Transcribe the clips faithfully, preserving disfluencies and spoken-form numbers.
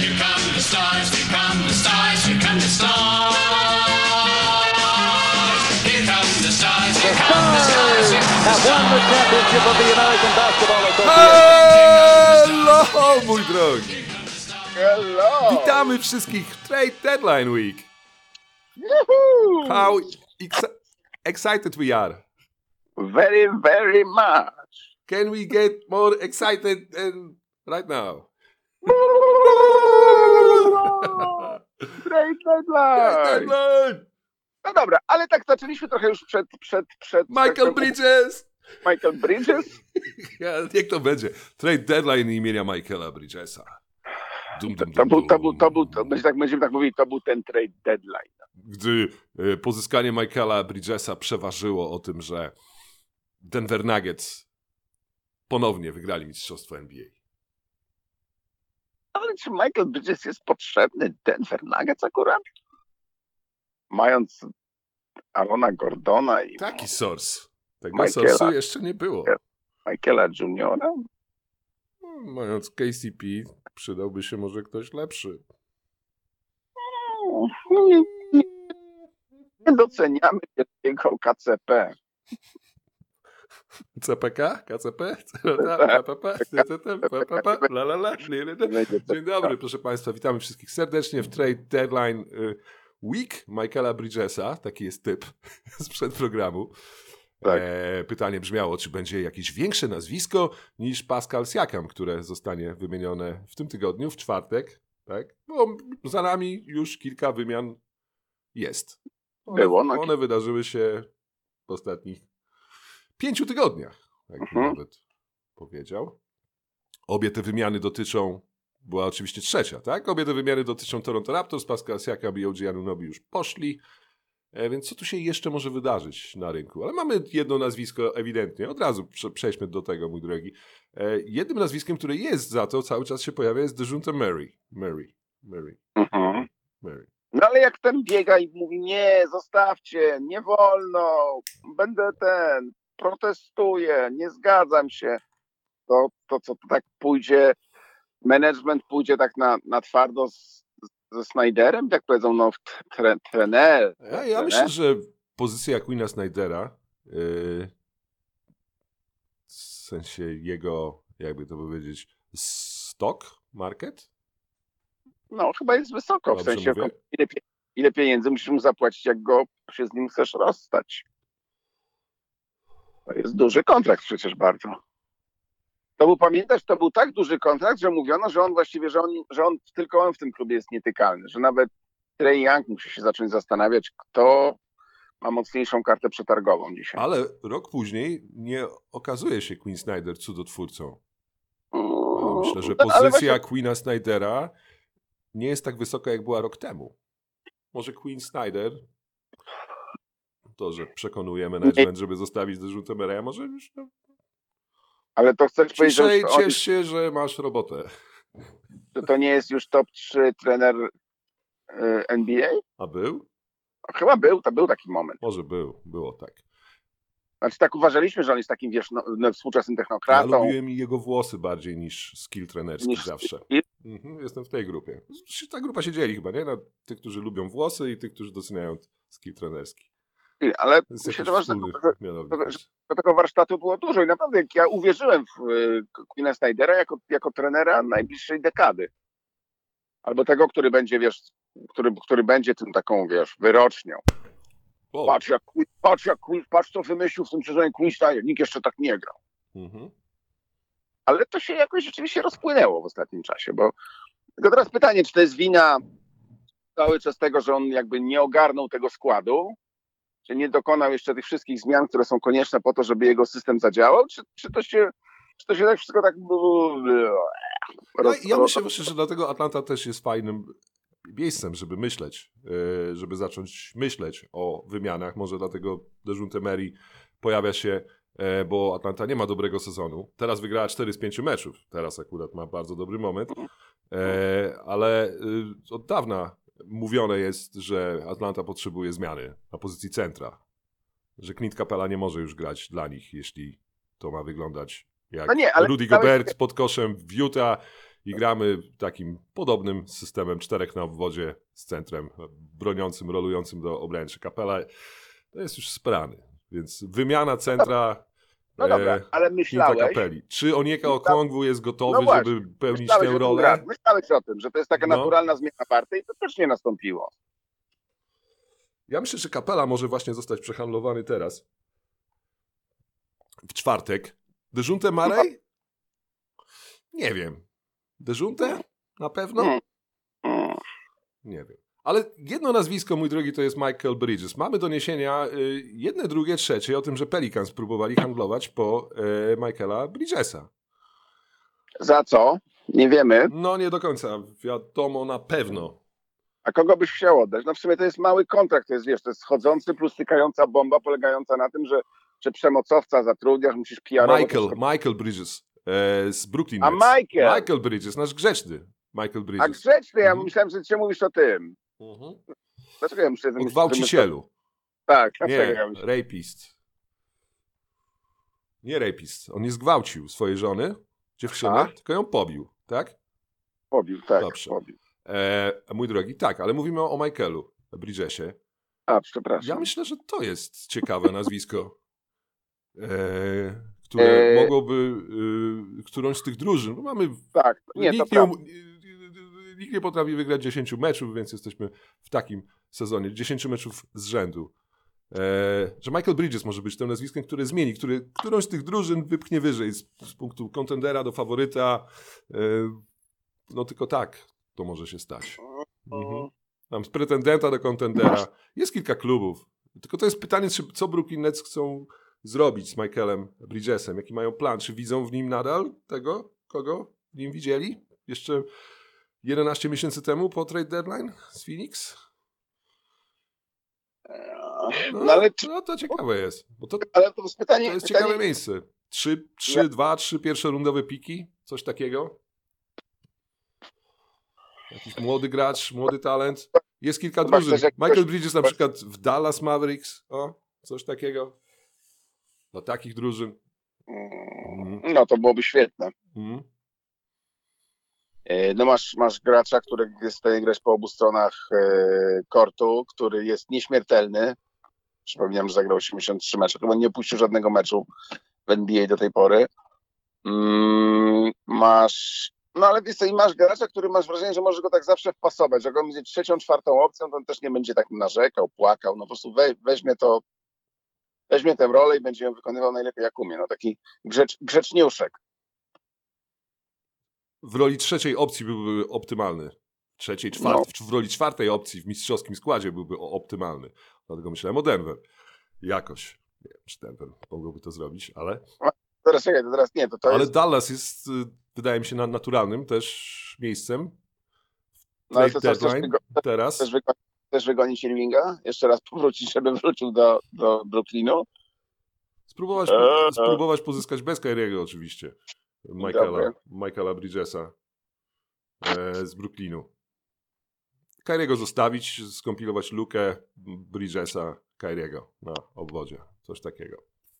here come the stars, here come the stars, here come the stars. Here come the stars, here come the stars, here come the stars. Have won the championship of the American Basketball Association. Hello, mój drogi. Hello! Witamy wszystkich w Trade Deadline Week. Woohoo! How ex- excited we are. Very, very much. Can we get more excited than right now? Trade deadline. Deadline! No dobra, ale tak zaczęliśmy trochę już przed... przed, przed Michael przed, Bridges! Michael Bridges? Ja, niech to będzie. Trade Deadline imienia Michaela Bridgesa. Dum, dum, To dum, był, to był, dum. to był, to, będzie tak, będziemy tak mówili, to był ten trade deadline. Gdy e, pozyskanie Michaela Bridgesa przeważyło o tym, że Denver Nuggets ponownie wygrali mistrzostwo N B A. Ale czy Michael Bridges jest potrzebny Denver Nuggets akurat? Mając Arona Gordona i Taki source. Tego Michaela. source'u jeszcze nie było. Michaela Juniora? Mając K C P przydałby się może ktoś lepszy. Nie, nie, nie doceniamy jego K C P. C P K? K C P? Dzień dobry, proszę Państwa. Witamy wszystkich serdecznie w Trade Deadline Week Michaela Bridgesa. Taki jest typ sprzed programu. Tak. E, pytanie brzmiało, czy będzie jakieś większe nazwisko niż Pascal Siakam, które zostanie wymienione w tym tygodniu, w czwartek. Tak? Bo za nami już kilka wymian jest. One, Było, no. one wydarzyły się w ostatnich pięciu tygodniach, jak bym Mhm. nawet powiedział. Obie te wymiany dotyczą, była oczywiście trzecia, tak? Obie te wymiany dotyczą Toronto Raptors, Pascal Siakam i O G Anunoby już poszli. E, więc co tu się jeszcze może wydarzyć na rynku? Ale mamy jedno nazwisko ewidentnie. Od razu prze, przejdźmy do tego, mój drogi. E, jednym nazwiskiem, które jest za to, cały czas się pojawia, jest DeJounte Murray. Murray. Murray. Mhm. Murray. No ale jak ten biega i mówi, nie, zostawcie, nie wolno, będę ten, protestuję, nie zgadzam się, to, to co to tak pójdzie, management pójdzie tak na, na twardo z, ze Snyderem, tak powiedzą, no tre, trener. Ja, ja trener. myślę, że pozycja Quina Snydera, yy, w sensie jego, jakby to powiedzieć, stock market? No chyba jest wysoko, w Dobrze sensie mówię? ile, pie- ile pieniędzy musisz mu zapłacić, jak go się z nim chcesz rozstać. To jest duży kontrakt przecież bardzo. To był, pamiętasz, to był tak duży kontrakt, że mówiono, że on właściwie, że on, że on tylko on w tym klubie jest nietykalny, że nawet Trae Young musi się zacząć zastanawiać, kto ma mocniejszą kartę przetargową dzisiaj. Ale rok później nie okazuje się Quinn Snyder cudotwórcą. Ja myślę, że No, ale pozycja właśnie- Quina Snydera nie jest tak wysoka, jak była rok temu. Może Quinn Snyder, to, że przekonuje management, żeby zostawić DeJounte Murraya, może już no, Ale to chcesz powiedzieć, ciszej że, on, ciesz się, że masz robotę. że to nie jest już top trzy trener y, N B A? A był? Chyba był, to był taki moment. Może był, było tak. Znaczy tak uważaliśmy, że on jest takim, wiesz, no, no, współczesnym Ja technokratą. lubiłem jego włosy bardziej niż skill trenerski Niż zawsze. skill? Mhm, jestem w tej grupie. Ta grupa się dzieli chyba, nie? Na tych, którzy lubią włosy i tych, którzy doceniają skill trenerski. Ale To jest myślę, jakiś że, masz, wspólny że, mianownik. że, że tego warsztatu było dużo i naprawdę jak ja uwierzyłem w y, Quina Snydera jako, jako trenera najbliższej dekady. Albo tego, który będzie, wiesz, który, który będzie tym taką, wiesz, wyrocznią. O, Patrz jak, patrz jak, patrz co wymyślił w tym sezonie Quinn Snyder, nikt jeszcze tak nie grał. mhm. Ale to się jakoś rzeczywiście rozpłynęło w ostatnim czasie, bo tylko teraz pytanie, czy to jest wina cały czas tego, że on jakby nie ogarnął tego składu, czy nie dokonał jeszcze tych wszystkich zmian, które są konieczne po to, żeby jego system zadziałał, czy, czy to się czy to się tak wszystko tak Ja, ja myślę właśnie, że dlatego Atlanta też jest fajnym miejscem, żeby myśleć, yy, żeby zacząć myśleć o wymianach. Może dlatego DeJounte Murray pojawia się, yy, bo Atlanta nie ma dobrego sezonu. Teraz wygrała cztery z pięciu meczów. Teraz akurat ma bardzo dobry moment. Yy, ale yy, od dawna mówione jest, że Atlanta potrzebuje zmiany na pozycji centra. Że Clint Capela nie może już grać dla nich, jeśli to ma wyglądać jak No nie, ale Rudy cały- Gobert pod koszem w Utah I gramy takim podobnym systemem czterech na obwodzie z centrem broniącym, rolującym do obręczy. Capella to jest już sprany, więc wymiana centra no dobra, e, ale myślałeś... Capelli. Czy Onyeka Okongwu jest gotowy, no właśnie, żeby pełnić myślałeś tę o tym, rolę? Grad, myślałeś o tym, że to jest taka No. naturalna zmiana partii i to też nie nastąpiło. Ja myślę, że Capella może właśnie zostać przehandlowany teraz. W czwartek. Dejounte Murray? Nie wiem. Dejounte? Na pewno? Mm. Mm. Nie wiem. Ale jedno nazwisko, mój drogi, to jest Michael Bridges. Mamy doniesienia y, jedne, drugie, trzecie o tym, że Pelicans próbowali handlować po y, Michaela Bridgesa. Za co? Nie wiemy. No nie do końca. Wiadomo na pewno. A kogo byś chciał oddać? No w sumie to jest mały kontrakt, to jest, wiesz, to jest schodzący plus tykająca bomba polegająca na tym, że, że przemocowca zatrudniasz, musisz P R-owo... Michael, Michael Bridges e, z Brooklyn A Nets. Michael! Michael Bridges, nasz grzeczny Michael Bridges. A grzeczny, ja Mhm. myślałem, że ty mówisz o tym. Mhm. Dlaczego ja muszę... O gwałcicielu. Tak, dlaczego Nie, ja myślę? rapist. Nie rapist. On nie zgwałcił swojej żony, dziewczyny, A? tylko ją pobił, tak? Pobił, tak, Dobrze. pobił. E, mój drogi, tak, ale mówimy o, o Michaelu Bridgesie. A, przepraszam. Ja myślę, że to jest ciekawe nazwisko, e, które E... mogłoby e, którąś z tych drużyn, bo mamy... Tak, nie, to nikt, nie, prawda. um- nikt nie potrafi wygrać dziesięciu meczów, więc jesteśmy w takim sezonie. dziesięciu meczów z rzędu. E, że Michael Bridges może być tym nazwiskiem, które zmieni, który którąś z tych drużyn wypchnie wyżej z, z punktu kontendera do faworyta. E, no tylko tak to może się stać. Mhm. Tam z pretendenta do kontendera. Jest kilka klubów. Tylko to jest pytanie, czy, co Brooklyn Nets chcą zrobić z Michaelem Bridgesem. Jaki mają plan? Czy widzą w nim nadal tego, kogo w nim widzieli? Jeszcze jedenaście miesięcy temu po trade deadline z Phoenix? No, No, ale, czy, no to ciekawe jest. Bo to, ale to jest pytanie... to jest pytanie, ciekawe miejsce. Trzy, trzy, Ja- dwa, trzy pierwsze rundowe piki? Coś takiego? Jakiś młody gracz, młody talent. Jest kilka Chyba drużyn. chcesz jak Michael ktoś- Bridges na przykład w Dallas Mavericks. O, coś takiego. Do takich drużyn. Mhm. No to byłoby świetne. Mhm. E, No masz, masz gracza, który jest w stanie grać po obu stronach e, kortu, który jest nieśmiertelny. Przypominam, że zagrał osiemdziesiąt trzy mecze. Chyba nie opuścił żadnego meczu w N B A do tej pory. Mm, masz... No ale wiesz co, i masz gracza, który masz wrażenie, że możesz go tak zawsze wpasować, że jak on będzie trzecią, czwartą opcją, to on też nie będzie tak narzekał, płakał. No po prostu we, weźmie to, weźmie tę rolę i będzie ją wykonywał najlepiej jak umie. No taki grzecz, grzeczniuszek. W roli trzeciej opcji byłby optymalny. Trzeciej, czwartej, w roli czwartej opcji w mistrzowskim składzie byłby o- optymalny. Dlatego myślałem o Denver. Jakoś. Nie wiem, czy Denver mogłoby to zrobić, ale... Teraz czekaj, to teraz nie, to to ale jest... Dallas jest, y, wydaje mi się, na- naturalnym też miejscem. No, ale Trade to co, chcesz, deadline wygo- teraz. chcesz, wygonić, chcesz wygonić Irvinga? Jeszcze raz powrócić, żeby wrócił do, do Brooklynu? Spróbować, Eee. spróbować pozyskać bez Kyriego oczywiście. Michaela, Dobra. Michaela Bridgesa e, z Brooklynu. Kyriego zostawić, skompilować lukę Bridgesa, Kyriego na obwodzie. Coś takiego.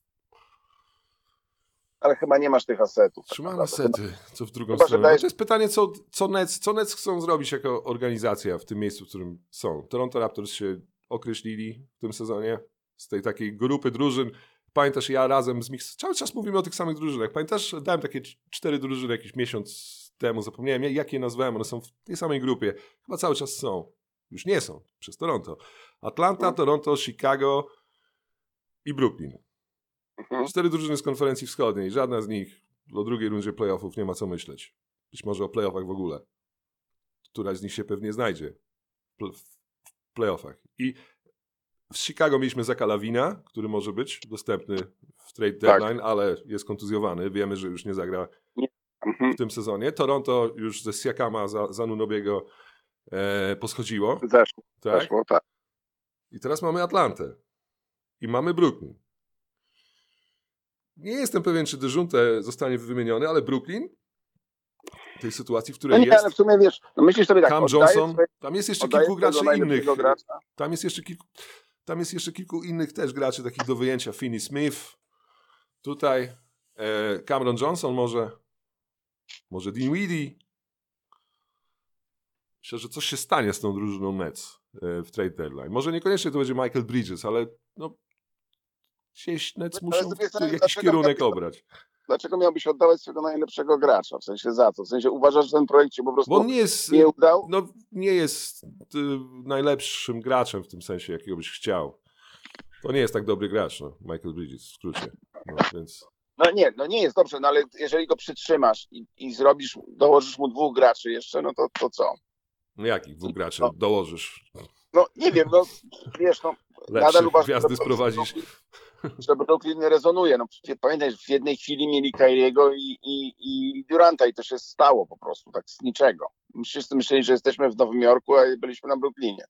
Ale chyba nie masz tych asetów. Trzymamy asety, co w drugą Chyba, że stronę. dajesz- To jest pytanie, co, co, Nets, co Nets chcą zrobić jako organizacja w tym miejscu, w którym są. Toronto Raptors się określili w tym sezonie z tej takiej grupy drużyn. Pamiętasz, ja razem z Mix... Cały czas mówimy o tych samych drużynach. Pamiętasz, dałem takie cz- cztery drużyny jakiś miesiąc temu, zapomniałem jak je nazwałem, one są w tej samej grupie. Chyba cały czas są. Już nie są, przez Toronto. Atlanta, Toronto, Chicago i Brooklyn. Mhm. Cztery drużyny z konferencji wschodniej. Żadna z nich o drugiej rundzie playoffów nie ma co myśleć. Być może o playoffach w ogóle. Któraś z nich się pewnie znajdzie w w playoffach. I w Chicago mieliśmy Zaka Lavina, który może być dostępny w trade deadline, ale jest kontuzjowany. Wiemy, że już nie zagra Mhm. w tym sezonie. Toronto już ze Siakama za, za Nunobiego e, poschodziło. Zeszło, Tak? zeszło, tak. I teraz mamy Atlantę. I mamy Brooklyn. Nie jestem pewien, czy Dejounte zostanie wymieniony, ale Brooklyn w tej sytuacji, w No której nie, jest ale w sumie wiesz, no myślisz sobie tak, Cam oddaję Johnson, swoje- tam jest jeszcze oddaję kilku swojego graczy innych. najlepszego gracza. Tam jest jeszcze kilku, tam jest jeszcze kilku innych też graczy takich do wyjęcia. Finney Smith, tutaj e, Cameron Johnson może, może Dinwiddie, myślę, że coś się stanie z tą drużyną Nets w trade deadline. Może niekoniecznie to będzie Michael Bridges, ale no, gdzieś Nets muszą w jakiś kierunek obrać. Dlaczego miałbyś oddawać swojego najlepszego gracza? W sensie za co? W sensie uważasz, że ten projekt się po prostu Bo on nie jest, nie udał? No, nie jest y, najlepszym graczem w tym sensie, jakiego byś chciał. To nie jest tak dobry gracz, no, Michael Bridges w skrócie. No, więc... no nie, no nie jest dobrze, no ale jeżeli go przytrzymasz i, i zrobisz, dołożysz mu dwóch graczy jeszcze, no to, to co? No jakich dwóch graczy no, dołożysz? No nie wiem, no wiesz, no nadal uważam, gwiazdy sprowadzić. Że Brooklyn rezonuje. No, pamiętaj, że w jednej chwili mieli Kyriego i, i, i Duranta i to się stało po prostu, tak z niczego. Wszyscy myśleli, że jesteśmy w Nowym Jorku, a byliśmy na Brooklynie.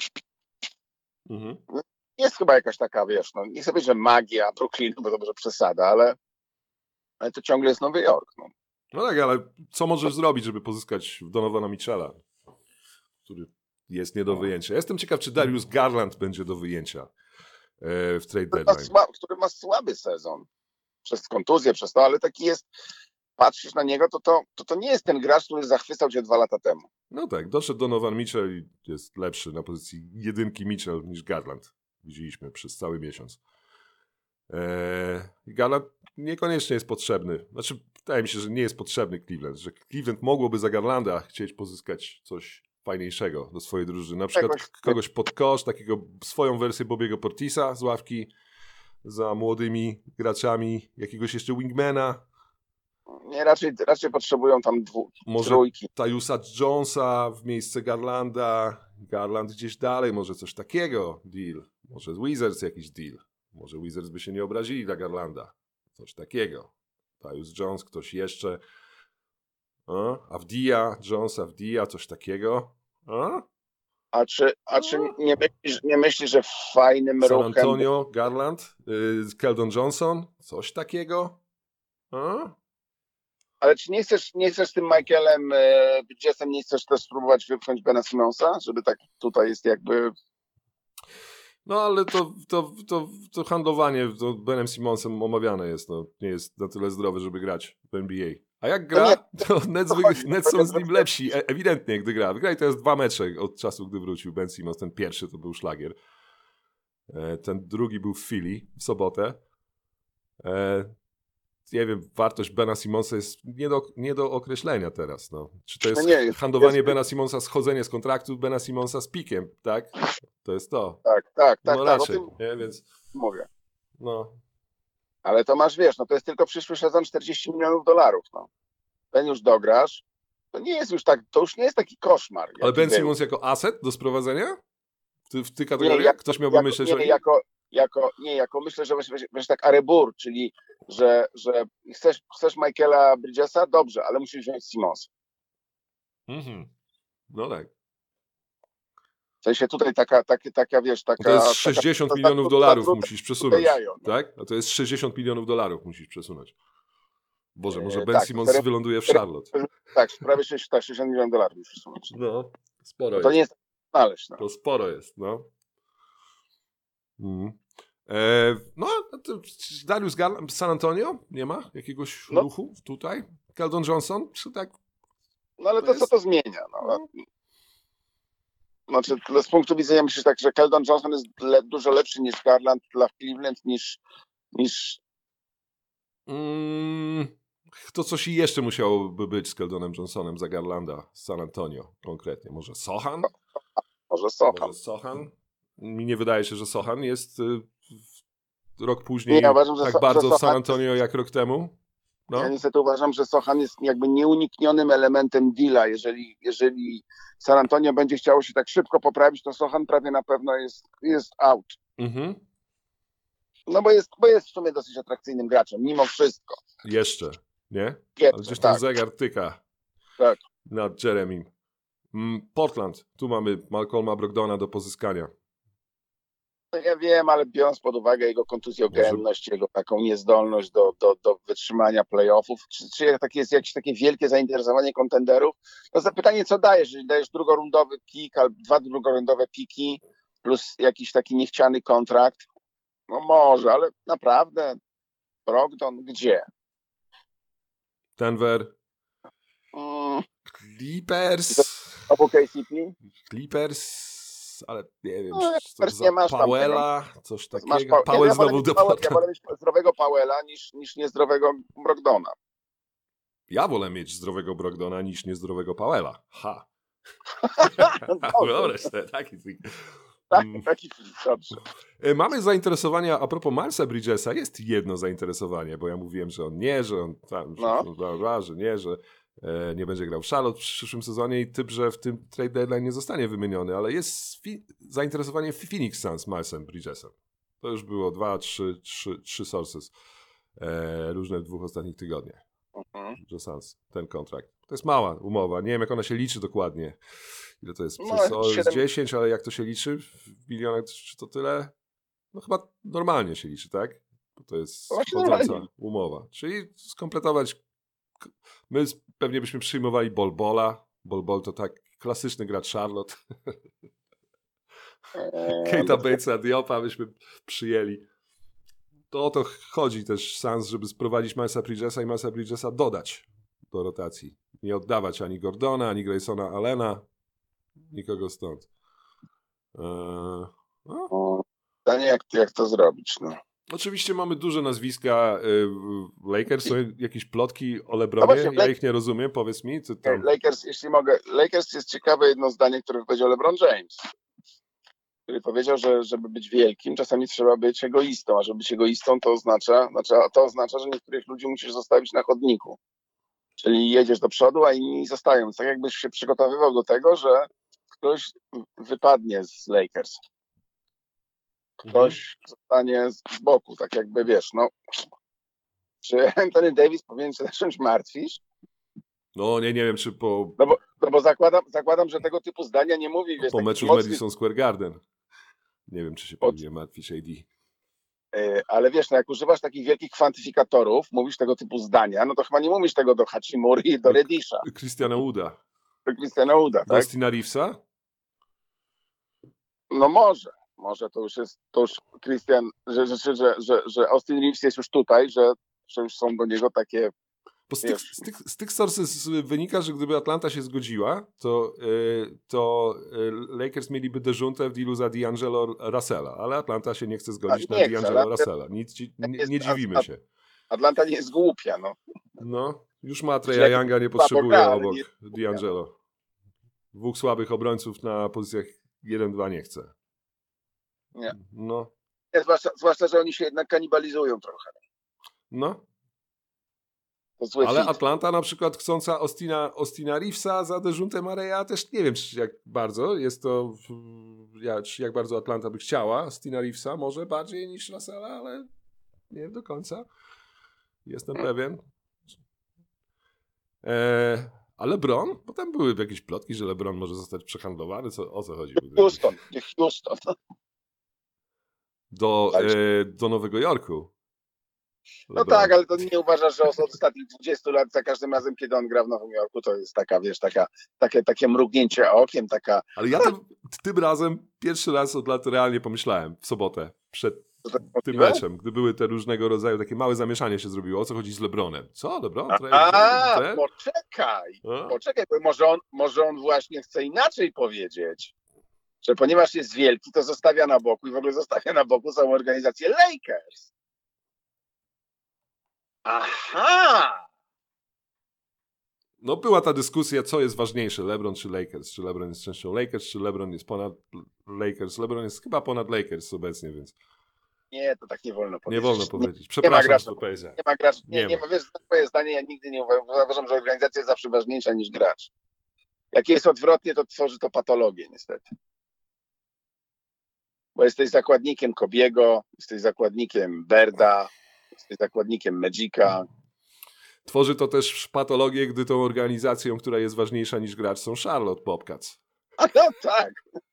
Mhm. Jest chyba jakaś taka, wiesz, no nie chcę powiedzieć, że magia Brooklynu, bo to może przesada, ale, ale to ciągle jest Nowy Jork. No. no tak, ale co możesz zrobić, żeby pozyskać Donowana Mitchella, który jest nie do wyjęcia? Jestem ciekaw, czy Darius Garland będzie do wyjęcia w trade deadline. Który ma, który ma słaby sezon. Przez kontuzję, przez to, ale taki jest, patrzysz na niego, to to, to to nie jest ten gracz, który zachwycał cię dwa lata temu. No tak, doszedł Donovan Mitchell i jest lepszy na pozycji jedynki Mitchell niż Garland. Widzieliśmy przez cały miesiąc. Eee, Garland niekoniecznie jest potrzebny. Znaczy, wydaje mi się, że nie jest potrzebny Cleveland. Że Cleveland mogłoby za Garlanda chcieć pozyskać coś fajniejszego do swojej drużyny. Na przykład Jakoś... kogoś pod kosz, takiego swoją wersję Bobiego Portisa z ławki za młodymi graczami, jakiegoś jeszcze wingmana. Nie, raczej, raczej potrzebują tam dwóch, może trójki. Tyusa Jonesa w miejsce Garlanda. Garland gdzieś dalej, może coś takiego deal. Może Wizards jakiś deal. Może Wizards by się nie obrazili dla Garlanda. Coś takiego. Tyus Jones, ktoś jeszcze. A? Avdia, Jones, Avdia, coś takiego. A? A czy, a czy nie, myślisz, nie myślisz, że fajnym San ruchem... Antonio, Garland, yy, Keldon Johnson, coś takiego? A? Ale czy nie chcesz, nie chcesz z tym Michaelem e, Bridgesem, nie chcesz też spróbować wypchnąć Bena Simonsa? Żeby tak tutaj jest jakby... No ale to, to, to, to handlowanie to Benem Simonsem omawiane jest. No. Nie jest na tyle zdrowy, żeby grać w N B A. A jak gra, to Nets, Nets są z nim lepsi, ewidentnie, gdy gra. Wygrali teraz dwa mecze od czasu, gdy wrócił Ben Simmons. Ten pierwszy to był szlagier. Ten drugi był w Philly w sobotę. Nie wiem, wartość Bena Simonsa jest nie do, nie do określenia teraz. No. Czy to jest, no nie, jest handlowanie jest... Bena Simonsa, schodzenie z kontraktu Bena Simonsa z pikiem, tak? To jest to. Tak, tak, tak. No tak, raczej, o tym nie? Więc... mówię. No. Ale to masz, wiesz, no to jest tylko przyszły sezon czterdzieści milionów dolarów. No. Ten już dograsz. To nie jest już tak, to już nie jest taki koszmar. Ale Ben był. Simmons jako aset do sprowadzenia? W, ty, w tych kategoriach? Nie, jak, Ktoś miałby jako, myśleć nie, o nim? jako, jako, nie, jako myślę, że właśnie, właśnie tak Arebur, czyli że, że chcesz, chcesz Michaela Bridgesa? Dobrze, ale musisz wziąć Simmonsa. Mhm. No tak. W sensie tutaj taka, taka, taka wiesz, taka... To jest sześćdziesiąt taka, milionów taka, dolarów taka, musisz przesunąć, jajo, no. tak? A to jest sześćdziesiąt milionów dolarów musisz przesunąć. Boże, może E, Ben tak, Simmons cztery, wyląduje w Charlotte. Tak, prawie sześćdziesiąt milionów dolarów musisz przesunąć. No, sporo no to jest. nie jest znaleźć. No. To sporo jest, no. Mm. E, no, to Darius Garland, San Antonio? Nie ma jakiegoś no. ruchu tutaj? Keldon Johnson? Czy tak? No ale to, to co to zmienia? No. Znaczy, z punktu widzenia myślę tak, że Keldon Johnson jest le, dużo lepszy niż Garland dla Cleveland, niż... niż... Mm, to coś jeszcze musiałoby być z Keldonem Johnsonem za Garlanda z San Antonio konkretnie. Może Sochan? Może Sochan. Może Sochan? Mi nie wydaje się, że Sochan jest y, rok później nie, ja uważam, że tak so, bardzo że w San Antonio jak rok temu. No. Ja niestety uważam, że Sochan jest jakby nieuniknionym elementem deala. Jeżeli, jeżeli San Antonio będzie chciało się tak szybko poprawić, to Sochan prawie na pewno jest, jest out. Mhm. No bo jest, bo jest w sumie dosyć atrakcyjnym graczem, mimo wszystko. Jeszcze, nie? Jeszcze, Ale gdzieś tak. ten zegar tyka tak. nad Jeremym. Portland, tu mamy Malcolma Brogdona do pozyskania. No ja wiem, ale biorąc pod uwagę jego kontuzjogenność, Może... jego taką niezdolność do, do, do wytrzymania playoffów, czy, czy takie jest jakieś takie wielkie zainteresowanie kontenderów, to zapytanie, co dajesz? Jeżeli dajesz drugorundowy pik albo dwa drugorundowe piki plus jakiś taki niechciany kontrakt, no może, ale naprawdę Brogdon gdzie? Denver, Mm. Clippers, A po K C P? Clippers, ale nie wiem, No, czy to nie masz Powella, coś takiego. Masz pa- Powell ja znowu do Powell, Ja wolę mieć zdrowego Powella niż, niż niezdrowego Brogdona. Ja wolę mieć zdrowego Brogdona niż niezdrowego Powella. Ha. Wyobraź sobie, taki tak, taki dobrze. Mamy zainteresowania, a propos Milesa Bridgesa, jest jedno zainteresowanie, bo ja mówiłem, że on nie, że on tam, No. że, bla, bla, że nie, że e, nie będzie grał w Charlotte w przyszłym sezonie i typ, że w tym trade deadline nie zostanie wymieniony, ale jest fi- zainteresowanie Phoenix Suns Milesem Bridgesem. To już było dwa, trzy, trzy, trzy sources e, różne w dwóch ostatnich tygodniach. Mhm. Że Suns, ten kontrakt. To jest mała umowa, nie wiem jak ona się liczy dokładnie. Ile to jest? No, Przez o, siedem dziesięć, ale jak to się liczy? W milionach czy to tyle? No chyba normalnie się liczy, tak? Bo to jest Właśnie chodząca normalnie. umowa. Czyli skompletować. My pewnie byśmy przyjmowali Bol Bola. Bol Bol to tak klasyczny gracz Charlotte. Eee, Keita Batesa, Diopa byśmy przyjęli. To o to chodzi też Suns, żeby sprowadzić Milesa Bridgesa i Milesa Bridgesa dodać do rotacji. Nie oddawać ani Gordona, ani Graysona Allena. Nikogo stąd. Eee, no. Pytanie, jak, jak to zrobić, no. Oczywiście mamy duże nazwiska. Y, Lakers są jakieś plotki o No LeBronie. właśnie, Ja Lak- ich nie rozumiem. Powiedz mi, co tam. Lakers, jeśli mogę, Lakers jest ciekawe jedno zdanie, które powiedział LeBron James, który powiedział, że żeby być wielkim, czasami trzeba być egoistą, a żeby być egoistą to oznacza, znaczy, to oznacza, że niektórych ludzi musisz zostawić na chodniku. Czyli jedziesz do przodu, a inni zostają. Więc tak jakbyś się przygotowywał do tego, że ktoś wypadnie z Lakers. Ktoś zostanie z boku, tak jakby wiesz, no. Czy Anthony Davis powinien się zacząć martwić? No nie, nie wiem, czy po, No bo, no bo zakładam, zakładam, że tego typu zdania nie mówi, wiesz, po taki meczu w mocny, Madison Square Garden. Nie wiem, czy się Od- powinien martwić A D. yy, ale wiesz, no jak używasz takich wielkich kwantyfikatorów, mówisz tego typu zdania, no to chyba nie mówisz tego do Hachimuri i do Reddisha, Christiana Wooda. do Christiana Wooda, tak? Dustina Reevesa? No może, może to już jest, to już Christian, że, że, że, że, że Austin Reeves jest już tutaj, że, że już są do niego takie, Bo z tych, Wiesz. z, tych, z tych sources wynika, że gdyby Atlanta się zgodziła, to, yy, to yy, Lakers mieliby deżuntę w dealu za D'Angelo Russella, ale Atlanta się nie chce zgodzić A, na nie chce, D'Angelo ale- Russella. Nic, ci- nie, jest- nie dziwimy a- się. Atlanta nie jest głupia, no. No, już ma Treya jak- Younga, nie słabo potrzebuje gra, ale obok nie- D'Angelo. Dwóch słabych obrońców na pozycjach jeden dwa nie chce. Nie. No, Nie, zwłaszcza, zwłaszcza, że oni się jednak kanibalizują trochę. no. To zły Ale fit. Atlanta na przykład chcąca Austina, Austina Reevesa za deżuntę Mareja też nie wiem, czy jak bardzo jest to, w- ja, czy jak bardzo Atlanta by chciała Austina Reevesa, może bardziej niż Russella, ale nie wiem do końca. Jestem pewien. E, a LeBron? Bo tam były jakieś plotki, że LeBron może zostać przehandlowany. Co, o co chodzi? Houston, niech Houston. Do, e, do Nowego Jorku. No tak, ale to nie uważasz, że od ostatnich dwudziestu lat za każdym razem, kiedy on gra w Nowym Jorku, to jest taka, wiesz, taka, takie, takie mrugnięcie okiem, taka... Ale ja tym, tym razem pierwszy raz od lat realnie pomyślałem w sobotę przed tym meczem, gdy były te różnego rodzaju takie małe zamieszanie się zrobiło. O co chodzi z LeBronem? Co? LeBron? A, Ten? poczekaj, A? poczekaj, bo może on, może on właśnie chce inaczej powiedzieć, że ponieważ jest wielki, to zostawia na boku i w ogóle zostawia na boku całą organizację Lakers. Aha! No była ta dyskusja, co jest ważniejsze, LeBron czy Lakers? Czy LeBron jest częścią Lakers, czy LeBron jest ponad Lakers? LeBron jest chyba ponad Lakers obecnie, więc Nie, to tak nie wolno powiedzieć. nie wolno Nie, powiedzieć. nie ma Przepraszam, gracza. że to powiedziałem. nie ma gracz, nie, Nie nie ma. ma, wiesz, twoje zdanie ja nigdy nie uważam, uważam, że organizacja jest zawsze ważniejsza niż gracz. Jak jest odwrotnie, to tworzy to patologię niestety. Bo jesteś zakładnikiem Kobiego, jesteś zakładnikiem Berda, jesteś zakładnikiem Magica. Tworzy to też patologię, gdy tą organizacją, która jest ważniejsza niż gracz, są Charlotte Bobcats. A no tak.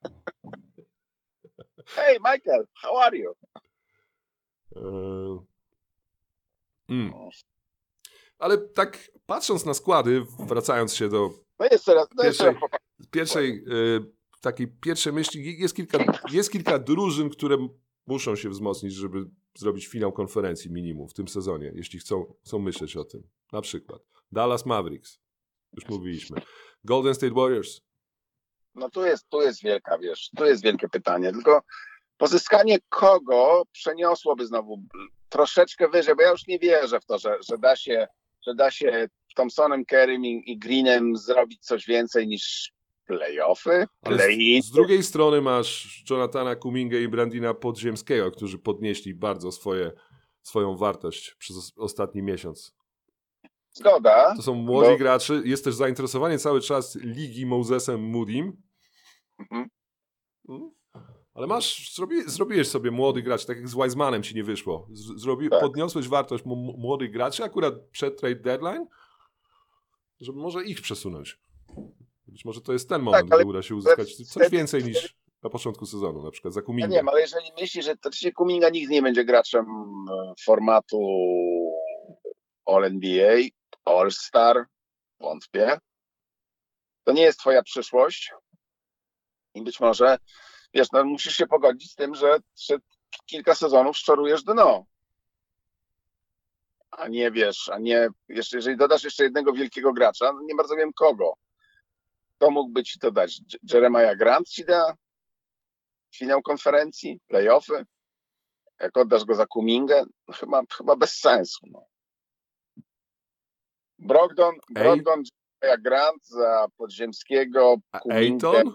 Hey Michael, how are you? Eee, Mm. Ale tak patrząc na składy, wracając się do No jeszcze raz, no jeszcze Pierwszej- raz. pierwszej, e, takiej pierwszej myśli, jest kilka, jest kilka drużyn, które muszą się wzmocnić, żeby zrobić finał konferencji minimum w tym sezonie, jeśli chcą, chcą myśleć o tym. Na przykład Dallas Mavericks, już mówiliśmy. Golden State Warriors, no tu jest, tu jest wielka, wiesz, tu jest wielkie pytanie, tylko pozyskanie kogo przeniosłoby znowu troszeczkę wyżej, bo ja już nie wierzę w to, że, że da się, że da się Thompsonem, Kerrym i, i Greenem zrobić coś więcej niż playoffy, play-in. Z, z drugiej strony masz Jonathana Kumingę i Brandina Podziemskiego, którzy podnieśli bardzo swoje, swoją wartość przez ostatni miesiąc. Zgoda. To są młodzi bo... gracze. Jest też zainteresowanie cały czas ligi Mosesem Moodim. Mhm. Ale masz, zrobi, zrobiłeś sobie młody gracz, tak jak z Wisemanem ci nie wyszło. Zrobi, tak. Podniosłeś wartość m- młodych graczy akurat przed trade deadline, żeby może ich przesunąć. Być może to jest ten moment, tak, gdy uda się uzyskać coś wtedy, więcej niż wtedy... na początku sezonu, na przykład za Kumingę. Ja nie wiem, ale jeżeli myślisz, że to oczywiście Kuminga nigdy nie będzie graczem formatu All N B A, All-Star, wątpię. To nie jest twoja przyszłość i być może, wiesz, no musisz się pogodzić z tym, że, że kilka sezonów szczorujesz dno. A nie, wiesz, a nie, jeszcze, jeżeli dodasz jeszcze jednego wielkiego gracza, no nie bardzo wiem kogo. Kto mógłby ci to dać? Jeremiah Grant ci da finał konferencji, playoffy? Jak oddasz go za Kumingę? No chyba, chyba bez sensu. No. Brogdon, Brogdon, Jeremiah Grant za Podziemskiego, Kumingę. Ayton?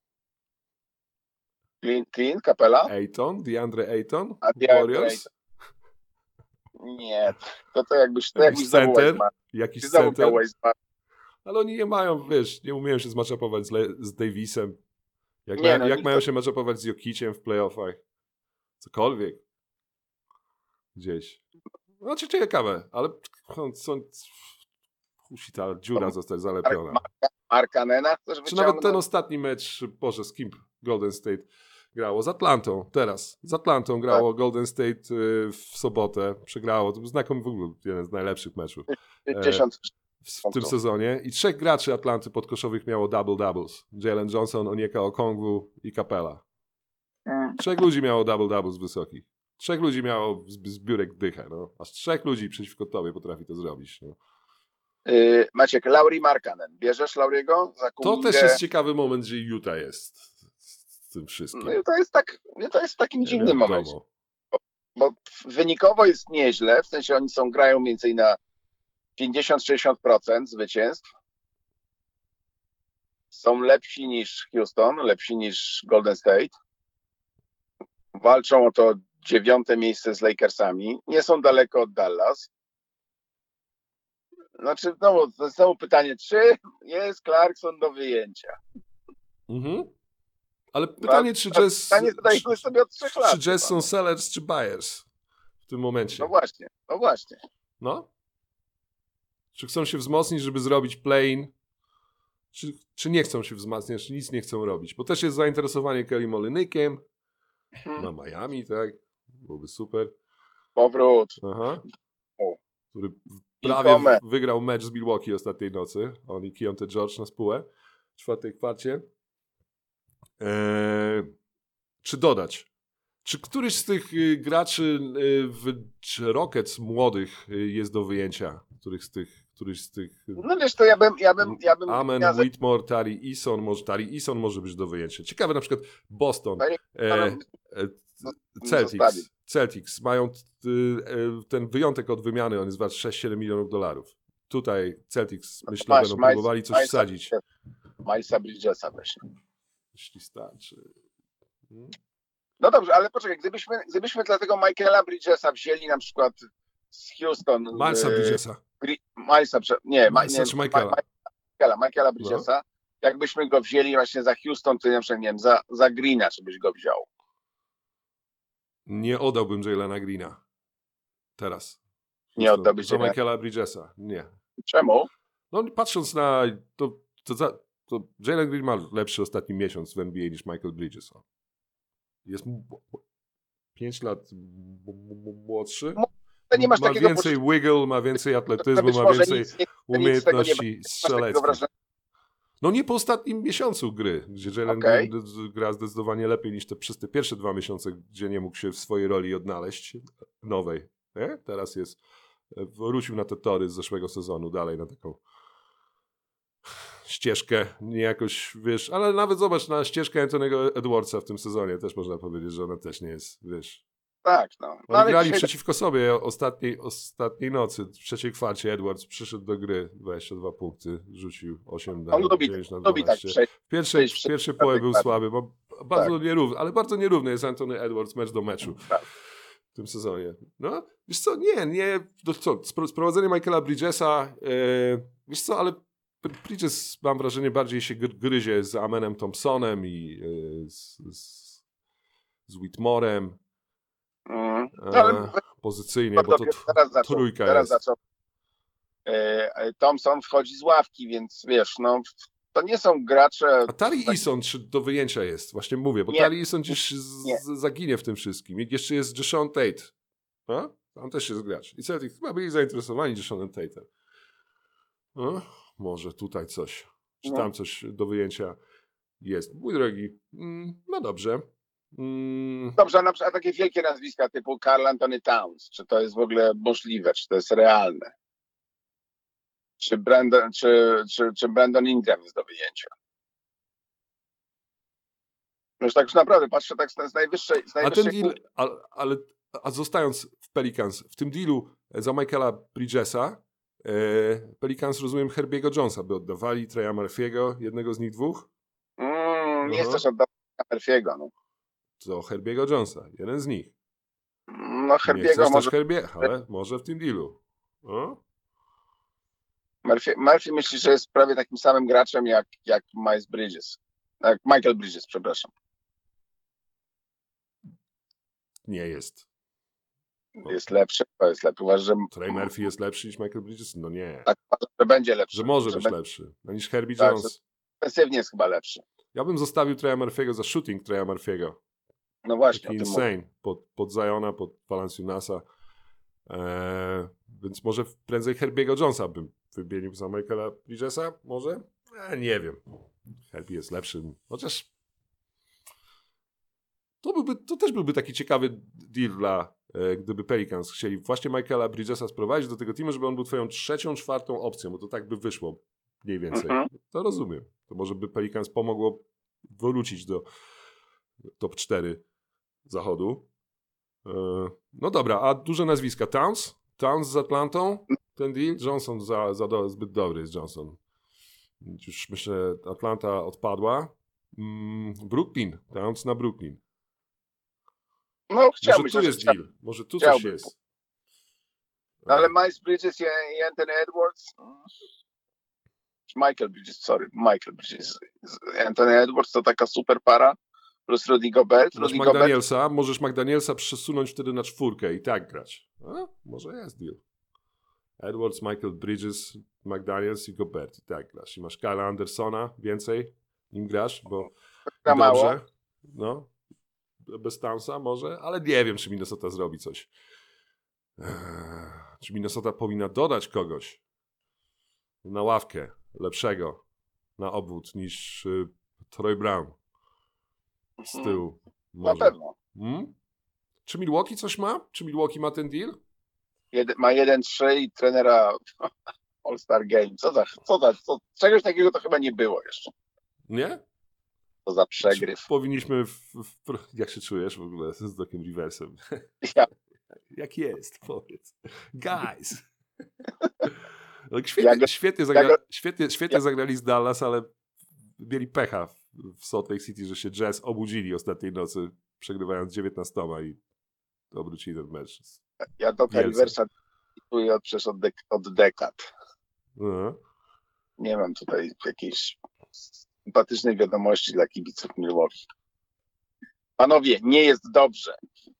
Clint, Clint, Capella? Ayton, DeAndre Ayton? A DeAndre Ayton. Nie, to to jakbyś to jakbyś center, jakiś center. Ale oni nie mają, wiesz, nie umieją się zmatchupować z, Le- z Davisem. Jak, nie, ma, no, jak mają to... się matchupować z Jokiciem w playoffach? Cokolwiek. Gdzieś. Znaczy ciekawe, ale są... Musi ta dziura no, zostać zalepiona. Mark, Markanena? Czy nawet ten ostatni mecz, Boże, z kim Golden State grało? Z Atlantą teraz. Z Atlantą grało tak. Golden State w sobotę. Przegrało. To był znakomity, w ogóle jeden z najlepszych meczów pięćdziesiąt w, w tym sezonie. I trzech graczy Atlanty podkoszowych miało double-doubles. Jalen Johnson, Onyeka Okongwu i Capella. Hmm. Trzech ludzi miało double-doubles wysokich. Trzech ludzi miało zbiórek dychę. No. Aż trzech ludzi przeciwko tobie potrafi to zrobić. No. Yy, Maciek, Lauri Markkanen. Bierzesz Lauriego? Za to też jest ciekawy moment, że Utah jest z tym wszystkim. No to jest tak, to jest w takim nie dziwnym momencie. Bo, bo wynikowo jest nieźle, w sensie oni są, grają mniej więcej na pięćdziesiąt do sześćdziesięciu procent zwycięstw. Są lepsi niż Houston, lepsi niż Golden State. Walczą o to dziewiąte miejsce z Lakersami. Nie są daleko od Dallas. Znaczy, znowu, to jest znowu pytanie, czy jest Clarkson do wyjęcia? Mhm. Ale pytanie, czy Jazz, pytanie zadajemy sobie od trzech lat. Czy Jazz są sellers, czy buyers w tym momencie? No właśnie, no właśnie. No? Czy chcą się wzmocnić, żeby zrobić play-in? Czy, czy nie chcą się wzmacniać, czy nic nie chcą robić? Bo też jest zainteresowanie Kelly Olynykiem hmm. na Miami, tak? Byłoby super. Powrót. Aha. Który prawie wygrał mecz z Milwaukee ostatniej nocy. On i Keontae George na spółę w czwartej kwarcie. Eee, czy dodać? Czy któryś z tych y, graczy y, w Rockets młodych y, jest do wyjęcia? Których z tych, któryś z tych... No wiesz, to ja bym... Ja bym, ja bym Amen, ja Whitmore, Tari Eason, może, Tari Eason może być do wyjęcia. Ciekawe na przykład Boston, e, e, Celtics, Celtics mają t, e, ten wyjątek od wymiany, on jest wart sześć siedem milionów dolarów. Tutaj Celtics, myślę, Masz, będą Miles, próbowali coś Milesa, wsadzić. Milesa Bridgesa też. Jeśli starczy... Hmm? No dobrze, ale poczekaj, gdybyśmy, gdybyśmy dla tego Michaela Bridgesa wzięli na przykład z Houston... Milesa Bridgesa. Milesa, nie, Milesa czy Michaela? Michaela, Michaela Bridgesa. No. Jakbyśmy go wzięli właśnie za Houston, to na przykład, nie wiem, za, za Greena, czy byś go wziął? Nie oddałbym Jalena Greena. Teraz. Nie oddałbyś za Michaela Bridgesa. Nie. Czemu? No patrząc na... To, to, to, to Jalen Green ma lepszy ostatni miesiąc w N B A niż Michael Bridges. Jest pięć lat młodszy. To nie masz ma takiego więcej poczucia. wiggle, ma więcej atletyzmu, ma więcej nic, umiejętności strzeleckich. No nie po ostatnim miesiącu gry, gdzie Jalen okay. Green gra zdecydowanie lepiej niż te przez te pierwsze dwa miesiące, gdzie nie mógł się w swojej roli odnaleźć nowej. Nie? Teraz jest, wrócił na te tory z zeszłego sezonu dalej na taką ścieżkę, nie jakoś, wiesz, ale nawet zobacz na ścieżkę Anthony'ego Edwardsa w tym sezonie, też można powiedzieć, że ona też nie jest, wiesz. Tak, no. Oni no grali dzisiaj... przeciwko sobie ostatniej, ostatniej nocy, w trzeciej kwarcie Edwards przyszedł do gry, dwadzieścia dwa punkty, rzucił osiem na On lubi, dziewięć na lubi tak dwanaście. przejść. W pierwszej, w pierwszej połowie był słaby, bo bardzo tak. nierówny, ale bardzo nierówny jest Anthony Edwards mecz do meczu tak. w tym sezonie. No, wiesz co, nie, nie, to co, sprowadzenie Michaela Bridgesa, yy, wiesz co, ale Bridges, mam wrażenie, bardziej się gryzie z Amenem Thompsonem i yy, z, z, z Whitmorem. Mm. Ale, e, pozycyjnie, bo to teraz zaczął, trójka teraz jest. Zaczął. E, Thompson wchodzi z ławki, więc wiesz, no to nie są gracze... A Tari tak... Eason czy do wyjęcia jest? Właśnie mówię, bo nie. Tari Eason gdzieś z, zaginie w tym wszystkim. I jeszcze jest Jae'Sean Tate. A? Tam też jest gracz. I Celtic chyba byli zainteresowani Jae'Seanem Tate'em. No, może tutaj coś, czy tam coś do wyjęcia jest. Mój drogi, mm, no dobrze. Mm. Dobrze, na przykład takie wielkie nazwiska typu Karl Anthony Towns, czy to jest w ogóle możliwe, czy to jest realne? Czy Brandon, czy, czy, czy Brandon Ingram jest do wyjęcia? Już tak już naprawdę patrzę tak z najwyższej... Z najwyższej a ten deal, a, ale a zostając w Pelicans, w tym dealu za Michaela Bridgesa, e, Pelicans, rozumiem, Herbiego Jonesa by oddawali, Treya Murphy'ego, jednego z nich dwóch? Mm, nie chcesz oddawać Murphy'ego, no. To Herbiego Jonesa, jeden z nich. No Herbiego może... Herbie, ale może w tym dealu. O? Murphy, Murphy myśli, że jest prawie takim samym graczem jak, jak Miles Bridges. Jak Michael Bridges, przepraszam. Nie jest. Jest lepszy, to jest lepszy. Uważasz, że... Trey Murphy jest lepszy niż Michael Bridges? No nie. Tak, że będzie lepszy. Że może że być będzie... lepszy no niż Herbie tak, Jones. Defensywnie jest chyba lepszy. Ja bym zostawił Treya Murphy'ego za shooting Treya Murphy'ego. No właśnie. Taki insane. Pod, pod Ziona, pod Valanciunasa. Eee, więc może prędzej Herbiego Jonesa bym wymienił za Michaela Bridgesa? Może? Eee, nie wiem. Herbie jest lepszym. Chociaż to, byłby, to też byłby taki ciekawy deal dla, e, gdyby Pelicans chcieli właśnie Michaela Bridgesa sprowadzić do tego teamu, żeby on był twoją trzecią, czwartą opcją, bo to tak by wyszło mniej więcej. Mhm. To rozumiem. To może by Pelicans pomogło wrócić do top cztery zachodu. E, no dobra, a duże nazwiska. Towns? Towns z Atlantą? Ten deal? Johnson za, za do, zbyt dobry jest Johnson. Już myślę, Atlanta odpadła. Mm, Brooklyn. Towns na Brooklyn. No chciałbym. Może tu jest chciałbym. deal. Może tu Chciałbym. coś jest. No, ale Miles Bridges i, i Anthony Edwards... Michael Bridges, sorry. Michael Bridges. Anthony Edwards to taka super para. Plus Rudy Gobert. Masz Rudy McDanielsa, Gobert... możesz McDanielsa przesunąć wtedy na czwórkę i tak grać. A, może jest deal. Edwards, Michael Bridges, McDaniels i Gobert i tak grasz. I masz Kyla Andersona, więcej nim grasz, bo Za mało. dobrze. No, bez Townsa może, ale nie wiem, czy Minnesota zrobi coś. Eee, czy Minnesota powinna dodać kogoś na ławkę lepszego na obwód niż y, Troy Brown z tyłu. Na Może. pewno. Hmm? Czy Milwaukee coś ma? Czy Milwaukee ma ten deal? Jed, ma jeden trzy i trenera All-Star Game. Co za, co za, co, czegoś takiego to chyba nie było jeszcze. Nie? Co za przegryw. Czy powinniśmy, w, w, jak się czujesz w ogóle z Dociem Riversem? Ja. Jak jest? Powiedz. Guys. No, świetnie, Ja go, świetnie, zagra, ja go, świetnie, świetnie ja. zagrali z Dallas, ale mieli pecha w, w Salt Lake City, że się Jazz obudzili ostatniej nocy, przegrywając dziewiętnastoma i obrócili ten mecz. Ja Doca Riversa czuję od, przecież od, dek, od dekad. Uh-huh. Nie mam tutaj jakiejś sympatycznej wiadomości dla kibiców Milwaukee. Panowie, nie jest dobrze.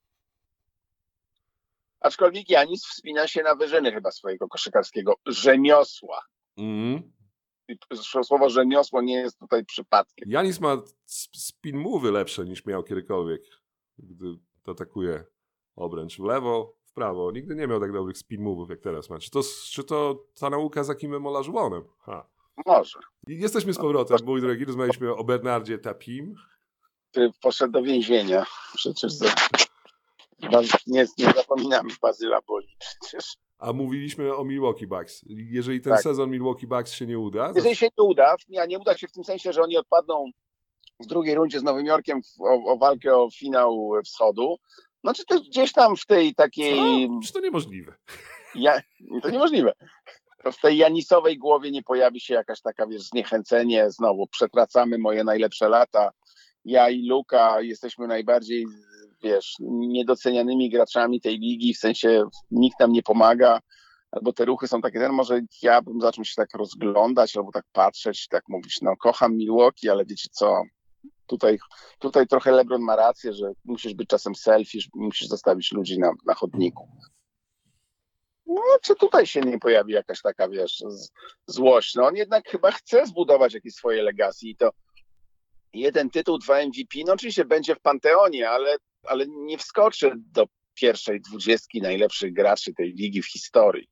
Aczkolwiek Janis wspina się na wyżyny chyba swojego koszykarskiego rzemiosła. Mm. Słowo rzemiosło nie jest tutaj przypadkiem. Janis ma spin move'y lepsze niż miał kiedykolwiek, gdy atakuje obręcz w lewo, w prawo. Nigdy nie miał tak dobrych spin move'ów jak teraz ma. Czy to, czy to ta nauka z Akimem Olajuwonem? Ha. Może. I jesteśmy z powrotem, mój drogi. Rozmawialiśmy o Bernardzie Tapim. Który poszedł do więzienia. Przecież za... nie, nie zapominamy Bazyla Boli przecież. A mówiliśmy o Milwaukee Bucks. Jeżeli ten tak. sezon Milwaukee Bucks się nie uda... Jeżeli się nie uda, nie, nie uda się w tym sensie, że oni odpadną w drugiej rundzie z Nowym Jorkiem o, o walkę o finał wschodu, no czy też gdzieś tam w tej takiej... Co? Czy to niemożliwe? Ja... To niemożliwe. W tej Janisowej głowie nie pojawi się jakaś taka, wiesz, zniechęcenie, znowu przetracamy moje najlepsze lata. Ja i Luka jesteśmy najbardziej, wiesz, niedocenianymi graczami tej ligi, w sensie nikt nam nie pomaga, albo te ruchy są takie, ten może ja bym zaczął się tak rozglądać, albo tak patrzeć, tak mówić, no kocham Milwaukee, ale wiecie co, tutaj, tutaj trochę LeBron ma rację, że musisz być czasem selfish, musisz zostawić ludzi na, na chodniku. No, czy tutaj się nie pojawi jakaś taka, wiesz, z, złość? No on jednak chyba chce zbudować jakieś swoje legacy i to jeden tytuł, dwa M V P, no oczywiście będzie w Panteonie, ale, ale nie wskoczy do pierwszej dwudziestki najlepszych graczy tej ligi w historii.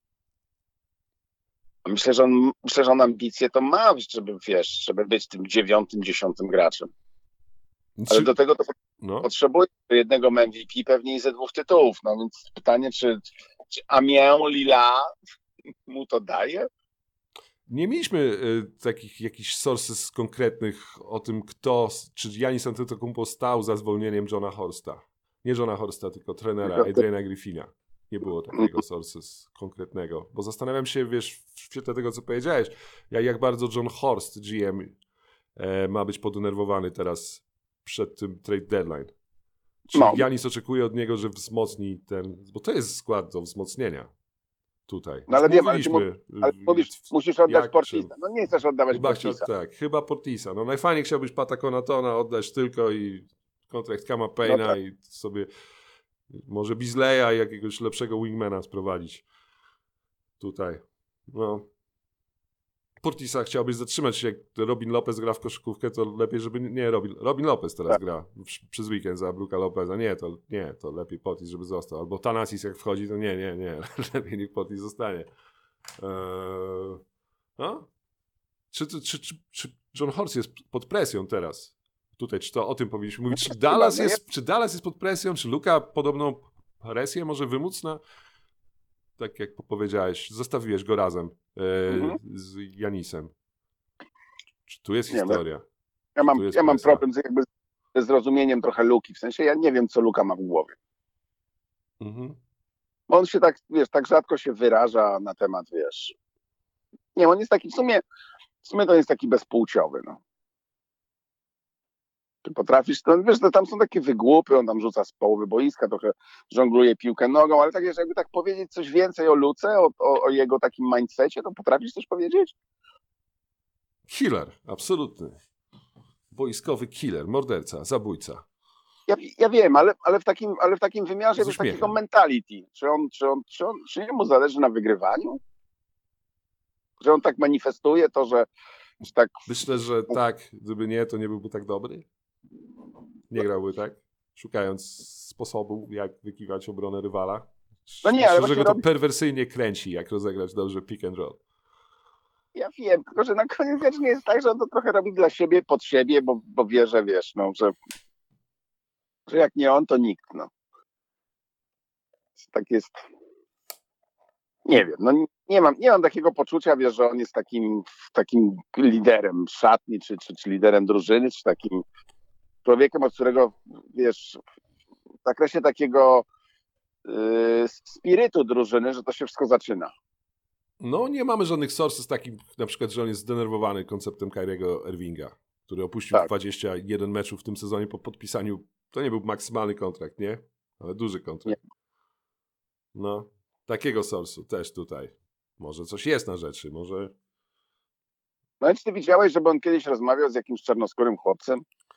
Myślę, że on, myślę, że on ambicje to ma, żeby, wiesz, żeby być tym dziewiątym, dziesiątym graczem. Ale Czy... do tego to no. potrzebuje jednego M V P pewnie i ze dwóch tytułów. No więc pytanie, czy, czy Amiens Lila mu to daje? Nie mieliśmy y, takich jakichś sources konkretnych o tym, kto, czy Giannis Antetokounmpo stał za zwolnieniem Johna Horsta. Nie Johna Horsta, tylko trenera Adriana Griffina. Nie było takiego sources konkretnego. Bo zastanawiam się, wiesz, w świetle tego, co powiedziałeś, jak, jak bardzo John Horst, G M, e, ma być podenerwowany teraz przed tym trade deadline. Czy no. Giannis oczekuje od niego, że wzmocni ten... Bo to jest skład do wzmocnienia. Tutaj. No ale wiem, ale, ty, ale mówisz, musisz oddać jak, Portisa. No nie chcesz oddawać chyba Portisa. Chciał, tak, chyba Portisa. No najfajniej chciałbyś Pata Connaughtona oddać tylko i kontrakt Cama Payne'a no tak. I sobie może Beasleya i jakiegoś lepszego wingmana sprowadzić tutaj. No. Portisa chciałbyś zatrzymać, jak Robin Lopez gra w koszykówkę, to lepiej, żeby... Nie, Robin, Robin Lopez teraz tak. gra w, przez weekend za Brooka Lopeza. Nie, to nie, to lepiej Portis, żeby został. Albo Thanasis jak wchodzi, to nie, nie, nie. Lepiej niech Portis zostanie. Eee, no? Czy, czy, czy, czy, czy John Horst jest pod presją teraz? Tutaj, czy to o tym powinniśmy mówić? Czy Dallas jest, czy Dallas jest pod presją? Czy Luka podobną presję może wymóc na... Tak jak powiedziałeś, zostawiłeś go razem e, mhm. z Janisem. Czy tu jest nie, historia? Ja mam, ja mam problem z, jakby ze zrozumieniem trochę Luki. W sensie ja nie wiem, co Luka ma w głowie. Mhm. On się tak, wiesz, tak rzadko się wyraża na temat, wiesz. Nie, on jest taki, w sumie, w sumie to jest taki bezpłciowy, no. Ty potrafisz, to wiesz, to tam są takie wygłupy, on tam rzuca z połowy boiska, trochę żongluje piłkę nogą, ale tak, jakby tak powiedzieć coś więcej o Luce, o, o, o jego takim mindsetie, to potrafisz coś powiedzieć? Killer, absolutny. Boiskowy killer, morderca, zabójca. Ja, ja wiem, ale, ale, w takim, ale w takim wymiarze jest takiego mentality. Czy on, czy on, czy on, czy jemu zależy na wygrywaniu? Że on tak manifestuje to, że, że tak... Myślę, że tak, gdyby nie, to nie byłby tak dobry. Nie grałby tak, szukając sposobu, jak wykiwać obronę rywala. No nie, Myślę, ale że go to robi... perwersyjnie kręci, jak rozegrać dobrze pick and roll. Ja wiem, tylko że na koniec rzeczy nie jest tak, że on to trochę robi dla siebie, pod siebie, bo, bo wie, że wiesz, no, że, że jak nie on, to nikt, no. Tak jest. Nie wiem, no nie mam, nie mam takiego poczucia, wiesz, że on jest takim, takim liderem szatni, czy, czy, czy liderem drużyny, czy takim człowiekiem, od którego, wiesz, w zakresie takiego yy, spirytu drużyny, że to się wszystko zaczyna. No nie mamy żadnych sources takich, na przykład, że on jest zdenerwowany konceptem Kyriego Irvinga, który opuścił tak. dwadzieścia jeden meczów w tym sezonie po podpisaniu. To nie był maksymalny kontrakt, nie? Ale duży kontrakt. Nie. No, takiego source'u też tutaj. Może coś jest na rzeczy, może... No czy ty widziałeś, żeby on kiedyś rozmawiał z jakimś czarnoskórym chłopcem?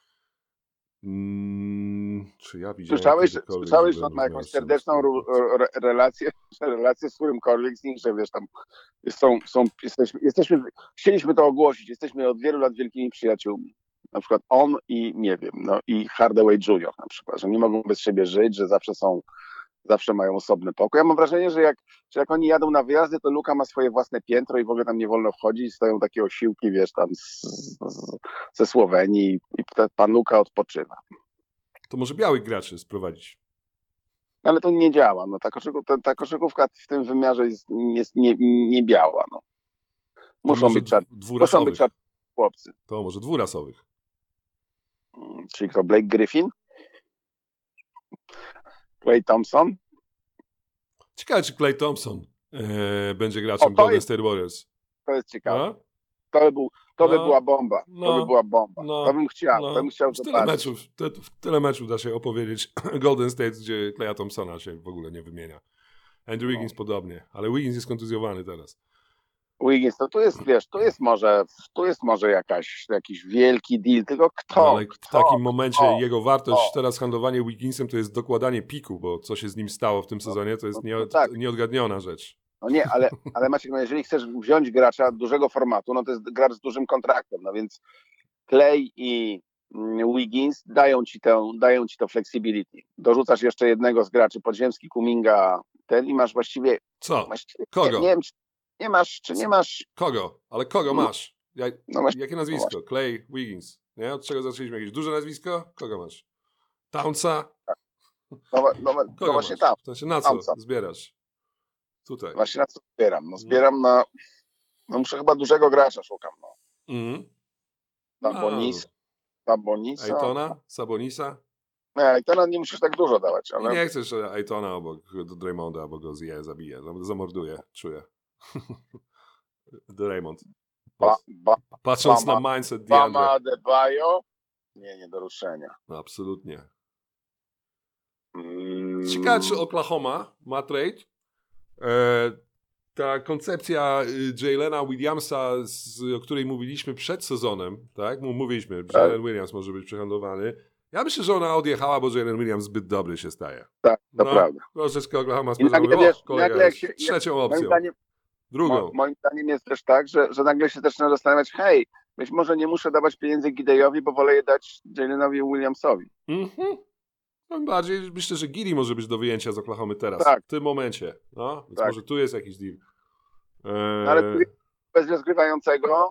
Hmm, czy ja widziałem... Słyszałeś, słyszałeś że on ma jakąś serdeczną re, relację, relację z którymkolwiek z nich, że wiesz, tam są, są, jesteśmy, jesteśmy, chcieliśmy to ogłosić, jesteśmy od wielu lat wielkimi przyjaciółmi. Na przykład on i, nie wiem, no i Hardaway junior na przykład, że nie mogą bez siebie żyć, że zawsze są, zawsze mają osobny pokój. Ja mam wrażenie, że jak, że jak oni jadą na wyjazdy, to Luka ma swoje własne piętro i w ogóle tam nie wolno wchodzić, stoją takie osiłki, wiesz, tam z, z, ze Słowenii i pan Luka odpoczywa. To może białych graczy sprowadzić. ale to nie działa. No, ta, koszykówka, ta koszykówka w tym wymiarze jest, jest nie, nie biała. No. Muszą być czarni. Muszą być czarni chłopcy. To może dwurasowych. Czyli kto? Blake Griffin? Klay Thompson? Ciekawe, czy Klay Thompson e, będzie graczem o, Golden jest, State Warriors. To jest ciekawe. A? To, by, był, to no, by była bomba. No, to by była bomba. No, to bym chciał. No. To bym chciał tyle meczów, te, tyle meczów da się opowiedzieć Golden State, gdzie Klaya Thompsona się w ogóle nie wymienia. Andrew Wiggins no. podobnie, ale Wiggins jest kontuzjowany teraz. Wiggins, to tu jest, wiesz, tu jest może, tu jest może jakaś, jakiś wielki deal, tylko kto? No, ale kto, w takim momencie kto, jego wartość, kto? teraz handlowanie Wigginsem to jest dokładanie piku, bo co się z nim stało w tym sezonie, to jest no, nie, no tak. nieodgadniona rzecz. No nie, ale, ale Maciek, no jeżeli chcesz wziąć gracza dużego formatu, no to jest gracz z dużym kontraktem, no więc Klay i Wiggins dają ci tę, dają ci to flexibility. Dorzucasz jeszcze jednego z graczy, podziemski Kuminga, ten i masz właściwie... Co? Właściwie, Kogo? Nie, nie wiem, czy nie masz, czy nie masz... Kogo? Ale kogo no, masz? Ja, no właśnie, jakie nazwisko? No Klay, Wiggins. Nie? Od czego zaczęliśmy? Jakieś duże nazwisko? Kogo masz? Townsa? No, no, no, no właśnie tam. W sensie na co Townsa zbierasz? Tutaj. Właśnie na co zbieram? No zbieram na... No muszę chyba dużego gracza szukam. No. Mhm. Sabonis, Sabonisa. Aytona? Sabonisa? Nie, Aytona nie musisz tak dużo dawać, ale... Nie chcesz Aytona obok Draymonda, bo go zje, zabije. Zamorduje, czuję. Draymond. Ba, ba, Patrząc Bama, na mindset Bama Adebayo? Nie, nie do ruszenia. No, absolutnie. Mm. Ciekawe, czy Oklahoma ma trade? E, ta koncepcja Jalena Williamsa, z, o której mówiliśmy przed sezonem, tak? Mówiliśmy, że Jalen Williams może być przehandlowany. Ja myślę, że ona odjechała, bo Jalen Williams zbyt dobry się staje. Tak, to no, prawda. Troszeczkę Oklahoma spojrzała, o, kolega jest się, trzecią opcją. Moim zdaniem, Drugą. Mo, moim zdaniem jest też tak, że, że nagle się zaczyna zastanawiać, hej, być może nie muszę dawać pieniędzy Gideyowi, bo wolę je dać Jalenowi Williamsowi. Mhm. No, bardziej myślę, że Giddy może być do wyjęcia z Oklahomy teraz, tak. w tym momencie. No, więc tak. może tu jest jakiś deal. Eee... Ale bez rozgrywającego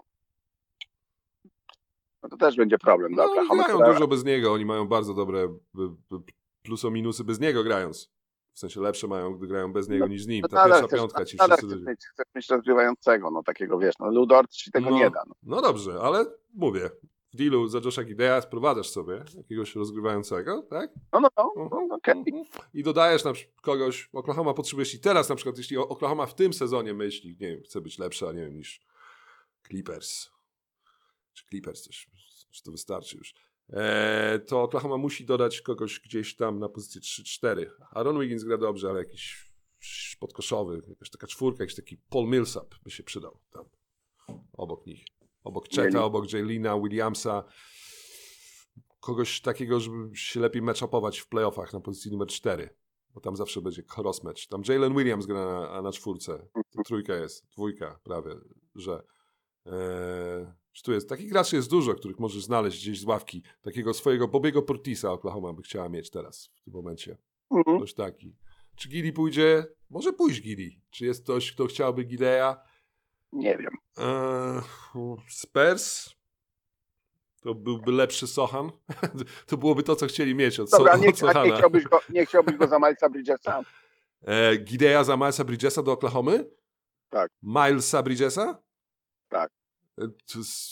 no to też będzie problem no, dla Oklahomy. Grają która... dużo bez niego, oni mają bardzo dobre plus o minusy bez niego grając. W sensie lepsze mają, gdy grają bez niego no, niż z nim. Ta pierwsza chcesz, piątka ci wszyscy... Chcesz mieć, chcesz mieć rozgrywającego, no takiego wiesz, no Ludort ci tego no, nie da. No. no dobrze, ale mówię, w dealu za Josha Gideya sprowadzasz sobie jakiegoś rozgrywającego, tak? No, no, no, uh-huh. no okej. Okay. I dodajesz na przykład kogoś, Oklahoma potrzebujesz i teraz na przykład, jeśli Oklahoma w tym sezonie myśli, nie wiem, chce być lepsza, nie wiem, niż Clippers, czy Clippers też, czy to wystarczy już, eee, to Oklahoma musi dodać kogoś gdzieś tam na pozycję trzy cztery. Aaron Wiggins gra dobrze, ale jakiś podkoszowy, jakaś taka czwórka, jakiś taki Paul Millsap by się przydał tam, obok nich. Obok Cheta, obok Jalena Williamsa. Kogoś takiego, żeby się lepiej match-upować w playoffach na pozycji numer cztery. Bo tam zawsze będzie cross-match. Tam Jalen Williams gra na, na czwórce. To trójka jest, dwójka prawie, że... Eee, że tu jest. Takich graczy jest dużo, których możesz znaleźć gdzieś z ławki. Takiego swojego Bobiego Portisa Oklahoma by chciała mieć teraz, w tym momencie. Mhm. Ktoś taki. Czy Giddy pójdzie? Może pójść Giddy. Czy jest ktoś, kto chciałby Gideya? Nie wiem. Eee, Spurs? To byłby lepszy Sochan? To byłoby to, co chcieli mieć od, Dobra, so- nie, od Sochana. nie, chciałbyś go, nie chciałbyś go za Milesa Bridgesa? Eee, Gideya za Milesa Bridgesa do Oklahomy? Tak. Milesa Bridgesa? Tak. Eee, to jest...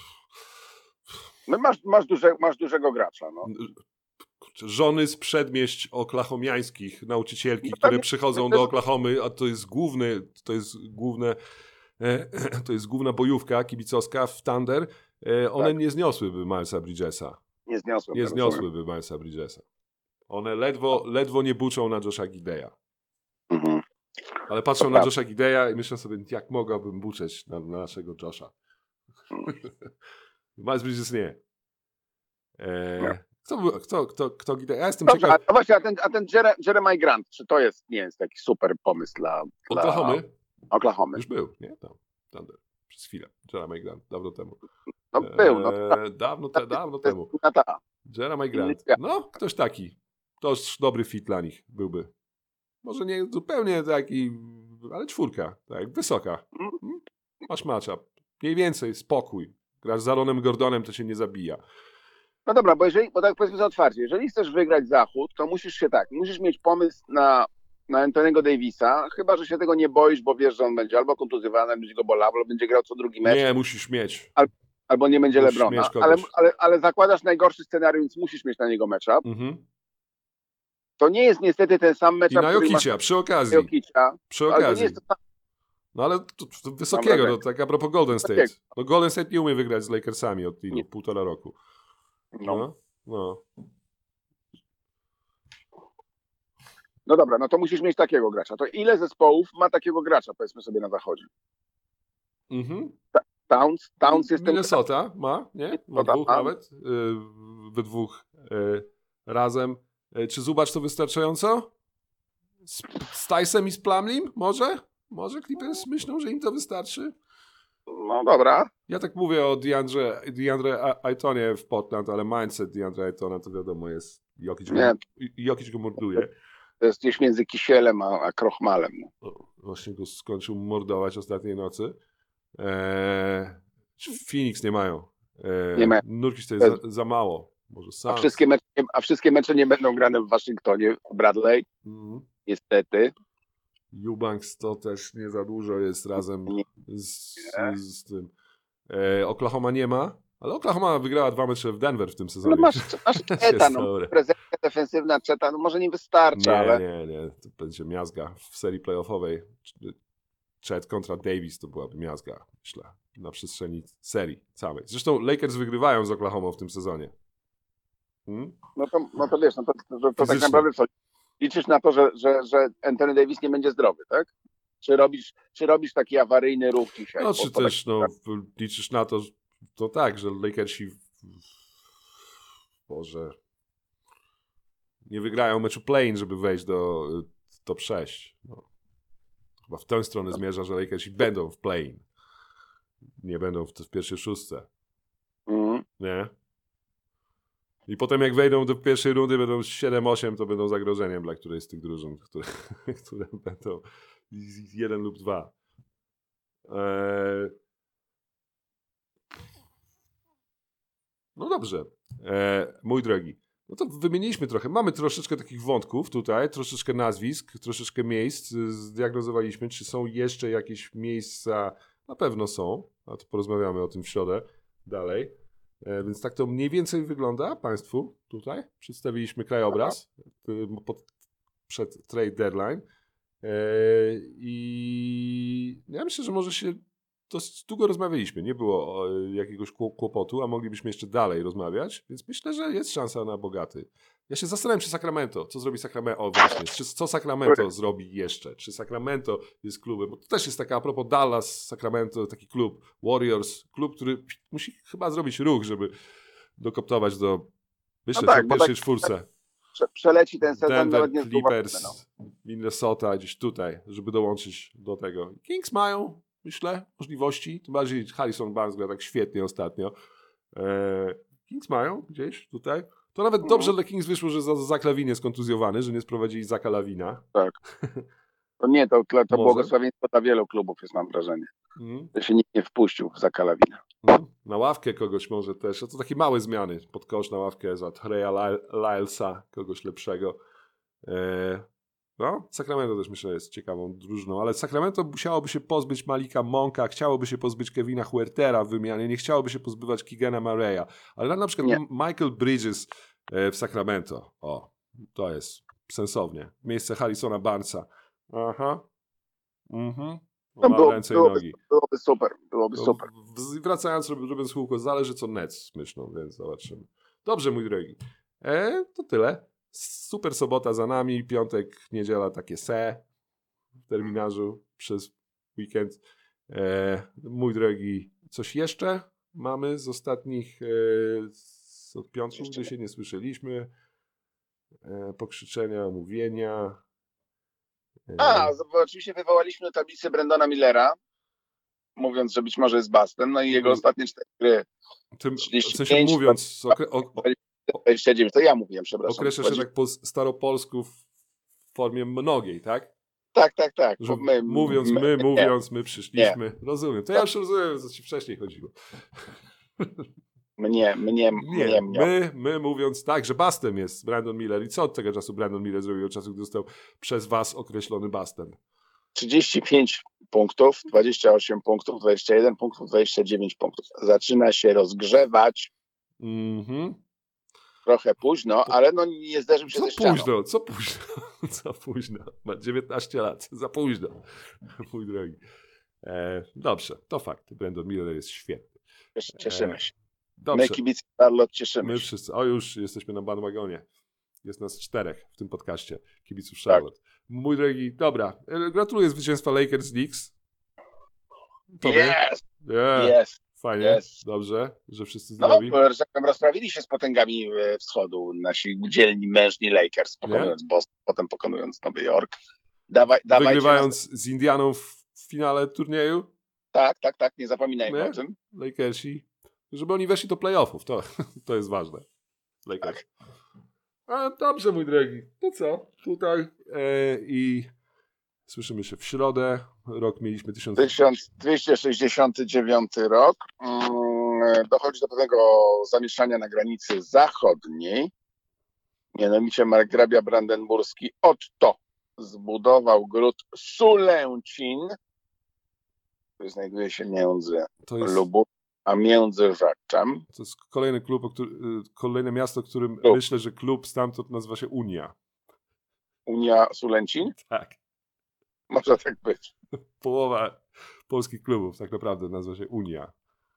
No masz, masz, duże, masz dużego gracza, no. Żony z przedmieść oklahomiańskich, nauczycielki, no, które tak, przychodzą do Oklahomy, a to jest główny, to jest główne, to jest główna bojówka kibicowska w Thunder, one tak. nie zniosłyby Milesa Bridgesa. Nie zniosłyby. Nie zniosłyby Milesa Bridgesa. One ledwo, ledwo nie buczą na Josha Gideya. Mhm. Ale patrzą to na prawda. Josha Gideya i myślą sobie, jak mogłabym buczeć na, na naszego Josha. Miles Bridges nie. Eee, nie. Kto, kto, kto, kto Gideya? Ja jestem Dobrze, ciekaw. a właśnie, a ten, a ten Jere, Jeremiah Grant, czy to jest, nie jest taki super pomysł dla... dla Oklahomy? Oklahomy. Już był, nie? Tam, Thunder. Przez chwilę. Jeremiah Grant, dawno temu. No był, no. Eee, dawno, te, dawno temu. Ta. Jeremiah Grant. No, ktoś taki. To już dobry fit dla nich byłby. Może nie zupełnie taki, ale czwórka, tak, wysoka. Masz matchup. Mniej więcej spokój. Grasz z Aaronem Gordonem, to się nie zabija. No dobra, bo jeżeli, bo tak powiedzmy sobie otwarcie, jeżeli chcesz wygrać Zachód, to musisz się tak, musisz mieć pomysł na, na Anthony'ego Davisa, chyba że się tego nie boisz, bo wiesz, że on będzie albo kontuzjowany, będzie go bolało, albo będzie grał co drugi mecz. Nie, musisz mieć. Al, albo nie będzie musisz LeBrona, ale, ale, ale zakładasz najgorszy scenariusz, więc musisz mieć na niego matchup. Mhm. To nie jest niestety ten sam matchup, I na Jokicia, masz... przy okazji. Jokicia, przy okazji. Ale to nie jest to sam... No ale to, to wysokiego, no, tak a propos Golden State. No Golden State nie umie wygrać z Lakersami od ilu, półtora roku. No. No, no. No dobra, no to musisz mieć takiego gracza. To ile zespołów ma takiego gracza, powiedzmy sobie, na zachodzie? Mhm. Towns, Towns jest Minnesota ten... ma, nie? We dwóch ma. nawet. Yy, we dwóch yy, razem. Yy, czy Zubac to wystarczająco? Z, z Tysem i z Plumlim? Może? Może Clippers myślą, że im to wystarczy? No dobra. Ja tak mówię o DeAndre, DeAndre Aytonie w Portland, ale mindset DeAndre Aytona to wiadomo jest, Jokic go, Jokic go morduje. To jest gdzieś między Kisielem a, a Krochmalem. O, właśnie go skończył mordować ostatniej nocy. Eee, Phoenix nie mają. Eee, nie mają. Nurkic to jest za, za mało. Może sam. A wszystkie, mecze, a wszystkie mecze nie będą grane w Waszyngtonie. Bradley. Mm. Niestety. Eubanks to też nie za dużo jest razem z, z, z tym. E, Oklahoma nie ma, ale Oklahoma wygrała dwa mecze w Denver w tym sezonie. No masz, masz Czeta, no, prezencja defensywna Czeta, no może nie wystarcza, nie, ale... Nie, nie, to będzie miazga w serii playoffowej. Chet kontra Davis to byłaby miazga, myślę, na przestrzeni serii całej. Zresztą Lakers wygrywają z Oklahoma w tym sezonie. Hmm? No, to, no to wiesz, no to, to, to tak naprawdę co? Liczysz na to, że, że, że Anthony Davis nie będzie zdrowy, tak? Czy robisz, czy robisz taki awaryjny ruch dzisiaj? No, czy też tak... no, liczysz na to, to tak, że Lakersi Boże nie wygrają meczu play-in, żeby wejść do top sześć. No. Chyba w tę stronę zmierza, że Lakersi będą w play-in. Nie będą w, w pierwszej szóstce. Mm. Nie? I potem jak wejdą do pierwszej rundy, będą siedem osiem, to będą zagrożeniem dla którejś z tych drużyn, które, które będą jeden lub dwa. Eee... No dobrze. Eee, mój drogi. No to wymieniliśmy trochę. Mamy troszeczkę takich wątków tutaj, troszeczkę nazwisk, troszeczkę miejsc. Zdiagnozowaliśmy, czy są jeszcze jakieś miejsca. Na pewno są, a to porozmawiamy o tym w środę dalej. E, więc tak to mniej więcej wygląda Państwu tutaj. Przedstawiliśmy krajobraz pod, przed trade deadline. E, I ja myślę, że może się dosyć długo rozmawialiśmy. Nie było jakiegoś kłopotu, a moglibyśmy jeszcze dalej rozmawiać, więc myślę, że jest szansa na bogaty. Ja się zastanawiam, czy Sacramento, co zrobi Sacramento, o właśnie, czy, co Sacramento zrobi jeszcze, czy Sacramento jest klubem, bo to też jest taka, a propos Dallas, Sacramento, taki klub, Warriors, klub, który musi chyba zrobić ruch, żeby dokoptować do, myślę, no tak, pierwszej tak, czwórce. Prze- przeleci ten sezon, Denver, nawet nie Clippers, no. Minnesota, gdzieś tutaj, żeby dołączyć do tego. Kings mają, myślę, możliwości, tym bardziej Harrison Barnes gra tak świetnie ostatnio. Eee, Kings mają gdzieś tutaj. To nawet mhm. dobrze dla Kings wyszło, że Zach Lavine jest kontuzjowany, że nie sprowadzili Zacha Lavina. Tak. To nie, to, to, to błogosławieństwo dla wielu klubów jest, mam wrażenie. Mhm. Że się nikt nie wpuścił w Zacha Lavina. Mhm. Na ławkę kogoś może też. To takie małe zmiany. Pod kosz na ławkę za Treya Lylesa, kogoś lepszego. Eee, No, Sacramento też myślę jest ciekawą drużyną, ale Sacramento musiałoby się pozbyć Malika Monka, chciałoby się pozbyć Kevina Huertera w wymianie, nie chciałoby się pozbywać Keegana Murraya, ale na przykład nie. Michael Bridges w Sacramento, o, to jest sensownie, miejsce Harrisona Barnesa, aha, mhm, no, ma ręce i nogi. Byłoby super, byłoby no, super. Wracając, robiąc kółko, zależy co Nets myślą, więc zobaczymy. Dobrze, mój drogi, e, to tyle. Super sobota za nami, piątek, niedziela takie se w terminarzu przez weekend. E, mój drogi, coś jeszcze mamy z ostatnich, e, z od piątku, gdy się nie słyszeliśmy, e, pokrzyczenia, mówienia. E. A, bo oczywiście wywołaliśmy tablicę Brandona Millera, mówiąc, że być może jest Bastem, no i jego ostatnie cztery gry. Tym, w sensie mówiąc, okre, o, o, dwadzieścia dziewięć, to ja mówiłem, przepraszam. Określasz się tak po staropolsku w formie mnogiej, tak? Tak, tak, tak. My, mówiąc my, my mówiąc my przyszliśmy. Nie. Rozumiem. To ja już rozumiem, co ci wcześniej chodziło. Mnie, mnie, Nie, mnie, mnie. my, my mówiąc tak, że bastem jest Brandon Miller. I co od tego czasu Brandon Miller zrobił, od czasu, gdy został przez was określony bastem? trzydzieści pięć punktów, dwadzieścia osiem punktów, dwadzieścia jeden punktów, dwadzieścia dziewięć punktów. Zaczyna się rozgrzewać. Mhm. Trochę późno, ale no nie zderzył się Co ze ścianą. późno, co późno, co późno. Ma dziewiętnaście lat, za późno. Mój drogi. E, dobrze, to fakt. Brandon Miller jest świetny. Cieszymy się. Dobrze. My kibice Charlotte cieszymy My się. wszyscy, o już jesteśmy na bandwagonie. Jest nas czterech w tym podcaście, kibiców Charlotte. Tak. Mój drogi, dobra, gratuluję zwycięstwa Lakers Knicks. Tobie. Yes! Yeah. Yes! Fajnie, yes. Dobrze, że wszyscy No, zdrowi. bo że tak powiem, rozprawili się z potęgami wschodu, nasi dzielni, mężni Lakers, pokonując Nie? Boston, potem pokonując Nowy Jork. Dawaj, Wygrywając nas... z Indianą w finale turnieju. Tak, tak, tak, nie zapominajmy Nie? o tym. Lakersi, żeby oni weszli do playoffów, to, to jest ważne. Lakers. Tak. A dobrze, mój drogi, to co? Tutaj e, i słyszymy się w środę. Rok mieliśmy tysiąc... tysiąc dwieście sześćdziesiąty dziewiąty rok. Mm, dochodzi do pewnego zamieszania na granicy zachodniej. Mianowicie margrabia brandenburski Otto zbudował gród Sulęcin, który znajduje się między jest... Lubów a Międzyrzeczem. To jest kolejny klub, o który, kolejne miasto, o którym klub. Myślę, że klub stamtąd nazywa się Unia. Unia Sulęcin? Tak. Może tak być. Połowa polskich klubów tak naprawdę nazywa się Unia.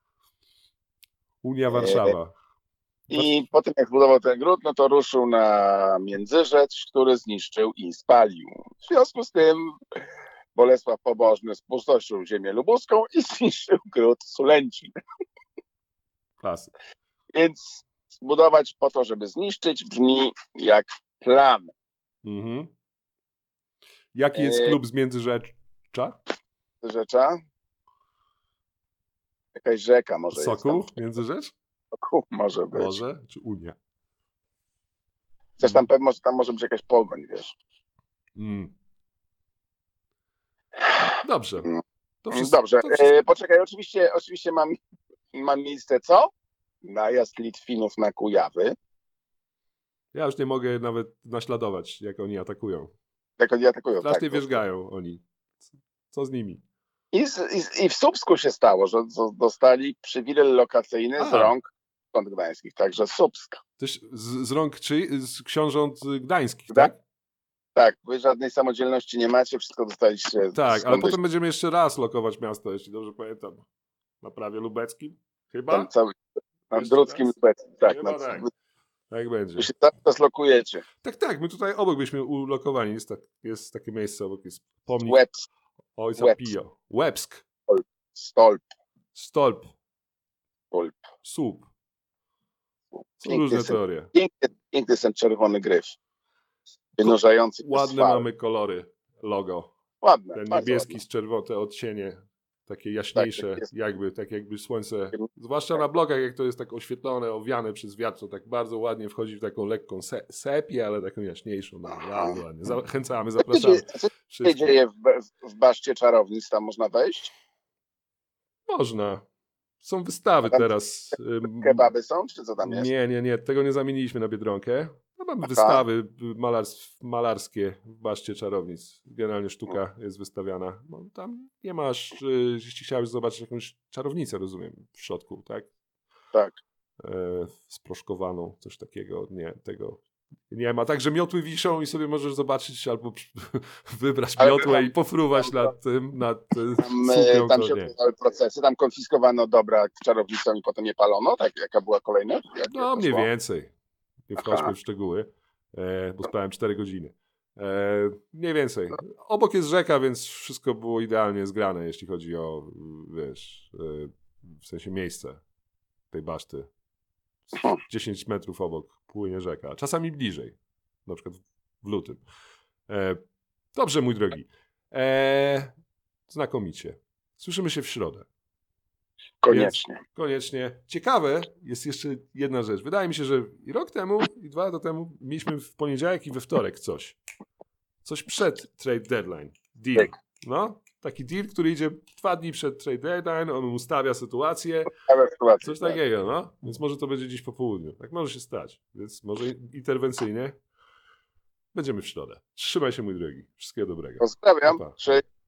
Unia Warszawa. I po tym, jak zbudował ten gród, no to ruszył na Międzyrzecz, który zniszczył i spalił. W związku z tym Bolesław Pobożny spustościł ziemię lubuską i zniszczył gród Sulęcin. Klasy. Więc zbudować po to, żeby zniszczyć, brzmi jak plan. Mhm. Jaki jest klub z Międzyrzecza? Międzyrzecza? Jakaś rzeka może Sokół? jest tam. Międzyrzecz? Sokół może być. Może? Czy Unia? Chcesz tam pewno, że tam może być jakaś pogoń, wiesz. Mm. Dobrze. To wszystko, Dobrze. To wszystko. E, poczekaj, oczywiście, oczywiście mam, mam miejsce co? Najazd Litwinów na Kujawy. Ja już nie mogę nawet naśladować, jak oni atakują. Jak oni atakują, Strasznie tak. wierzgają oni. Co z nimi? I, z, i, I w Słupsku się stało, że dostali przywilej lokacyjny A. z rąk książąt gdańskich, także Słupsk. Też z, z rąk czy z książąt gdańskich, tak? tak? Tak, wy żadnej samodzielności nie macie, wszystko dostaliście. Tak, ale potem będziemy jeszcze raz lokować miasto, jeśli dobrze pamiętam. Na prawie lubeckim? Chyba? Tam cały, na Drudzkim Lubeckim, tak. Chyba na, tak. Tak będzie. Wy się tam zlokujecie. Tak, tak, my tutaj obok byliśmy ulokowani. Jest, tak, jest takie miejsce obok, jest pomnik Łebsk. ojca Łebsk. Pio. Łebsk. Stolp. Stolp. Stolp. Słup. Są Piękny różne sen, teorie. Piękny, piękny ten czerwony gryf. Wynurzający. Ładne mamy kolory logo. Ładne. Ten niebieski ładne. Z czerwonym, te odcienie takie jaśniejsze, tak, jakby, tak jakby słońce, zwłaszcza na blogach, jak to jest tak oświetlone, owiane przez wiatr, to tak bardzo ładnie wchodzi w taką lekką se sepię, ale taką jaśniejszą. No, bardzo ładnie. Zachęcamy, zapraszamy. Co się dzieje w, w baszcie czarownic? Tam można wejść? Można. Są wystawy teraz. Kebaby są, czy co tam jest? Nie, nie, nie. Tego nie zamieniliśmy na Biedronkę. No, mamy Aha. wystawy malars malarskie w Baszcie Czarownic. Generalnie sztuka jest wystawiana. No, tam nie masz, jeśli chciałeś zobaczyć jakąś czarownicę, rozumiem, w środku, tak? Tak. E, sproszkowaną, coś takiego. Nie, tego nie ma. Także miotły wiszą i sobie możesz zobaczyć albo wybrać Ale miotłę tam, i pofruwać tam, nad tym, nad Tam, supią, tam się odbywały procesy, tam konfiskowano dobra czarownicą i potem je palono, tak? Jaka była kolejna? Jak, no mniej więcej. Nie wchodźmy w szczegóły, e, bo spałem cztery godziny. E, mniej więcej. Obok jest rzeka, więc wszystko było idealnie zgrane, jeśli chodzi o, wiesz, e, w sensie miejsce tej baszty. dziesięć metrów obok płynie rzeka, czasami bliżej, na przykład w lutym. E, dobrze, mój drogi. E, znakomicie. Słyszymy się w środę. Koniecznie. Więc koniecznie. Ciekawe jest jeszcze jedna rzecz. Wydaje mi się, że i rok temu, i dwa lata temu mieliśmy w poniedziałek i we wtorek coś. Coś przed trade deadline. Deal. No? Taki deal, który idzie dwa dni przed trade deadline, on ustawia sytuację, sytuację, coś takiego, no. Więc może to będzie dziś po południu. Tak może się stać. Więc może interwencyjnie będziemy w środę. Trzymaj się, mój drogi. Wszystkiego dobrego. Pozdrawiam. Pa, pa. Cześć.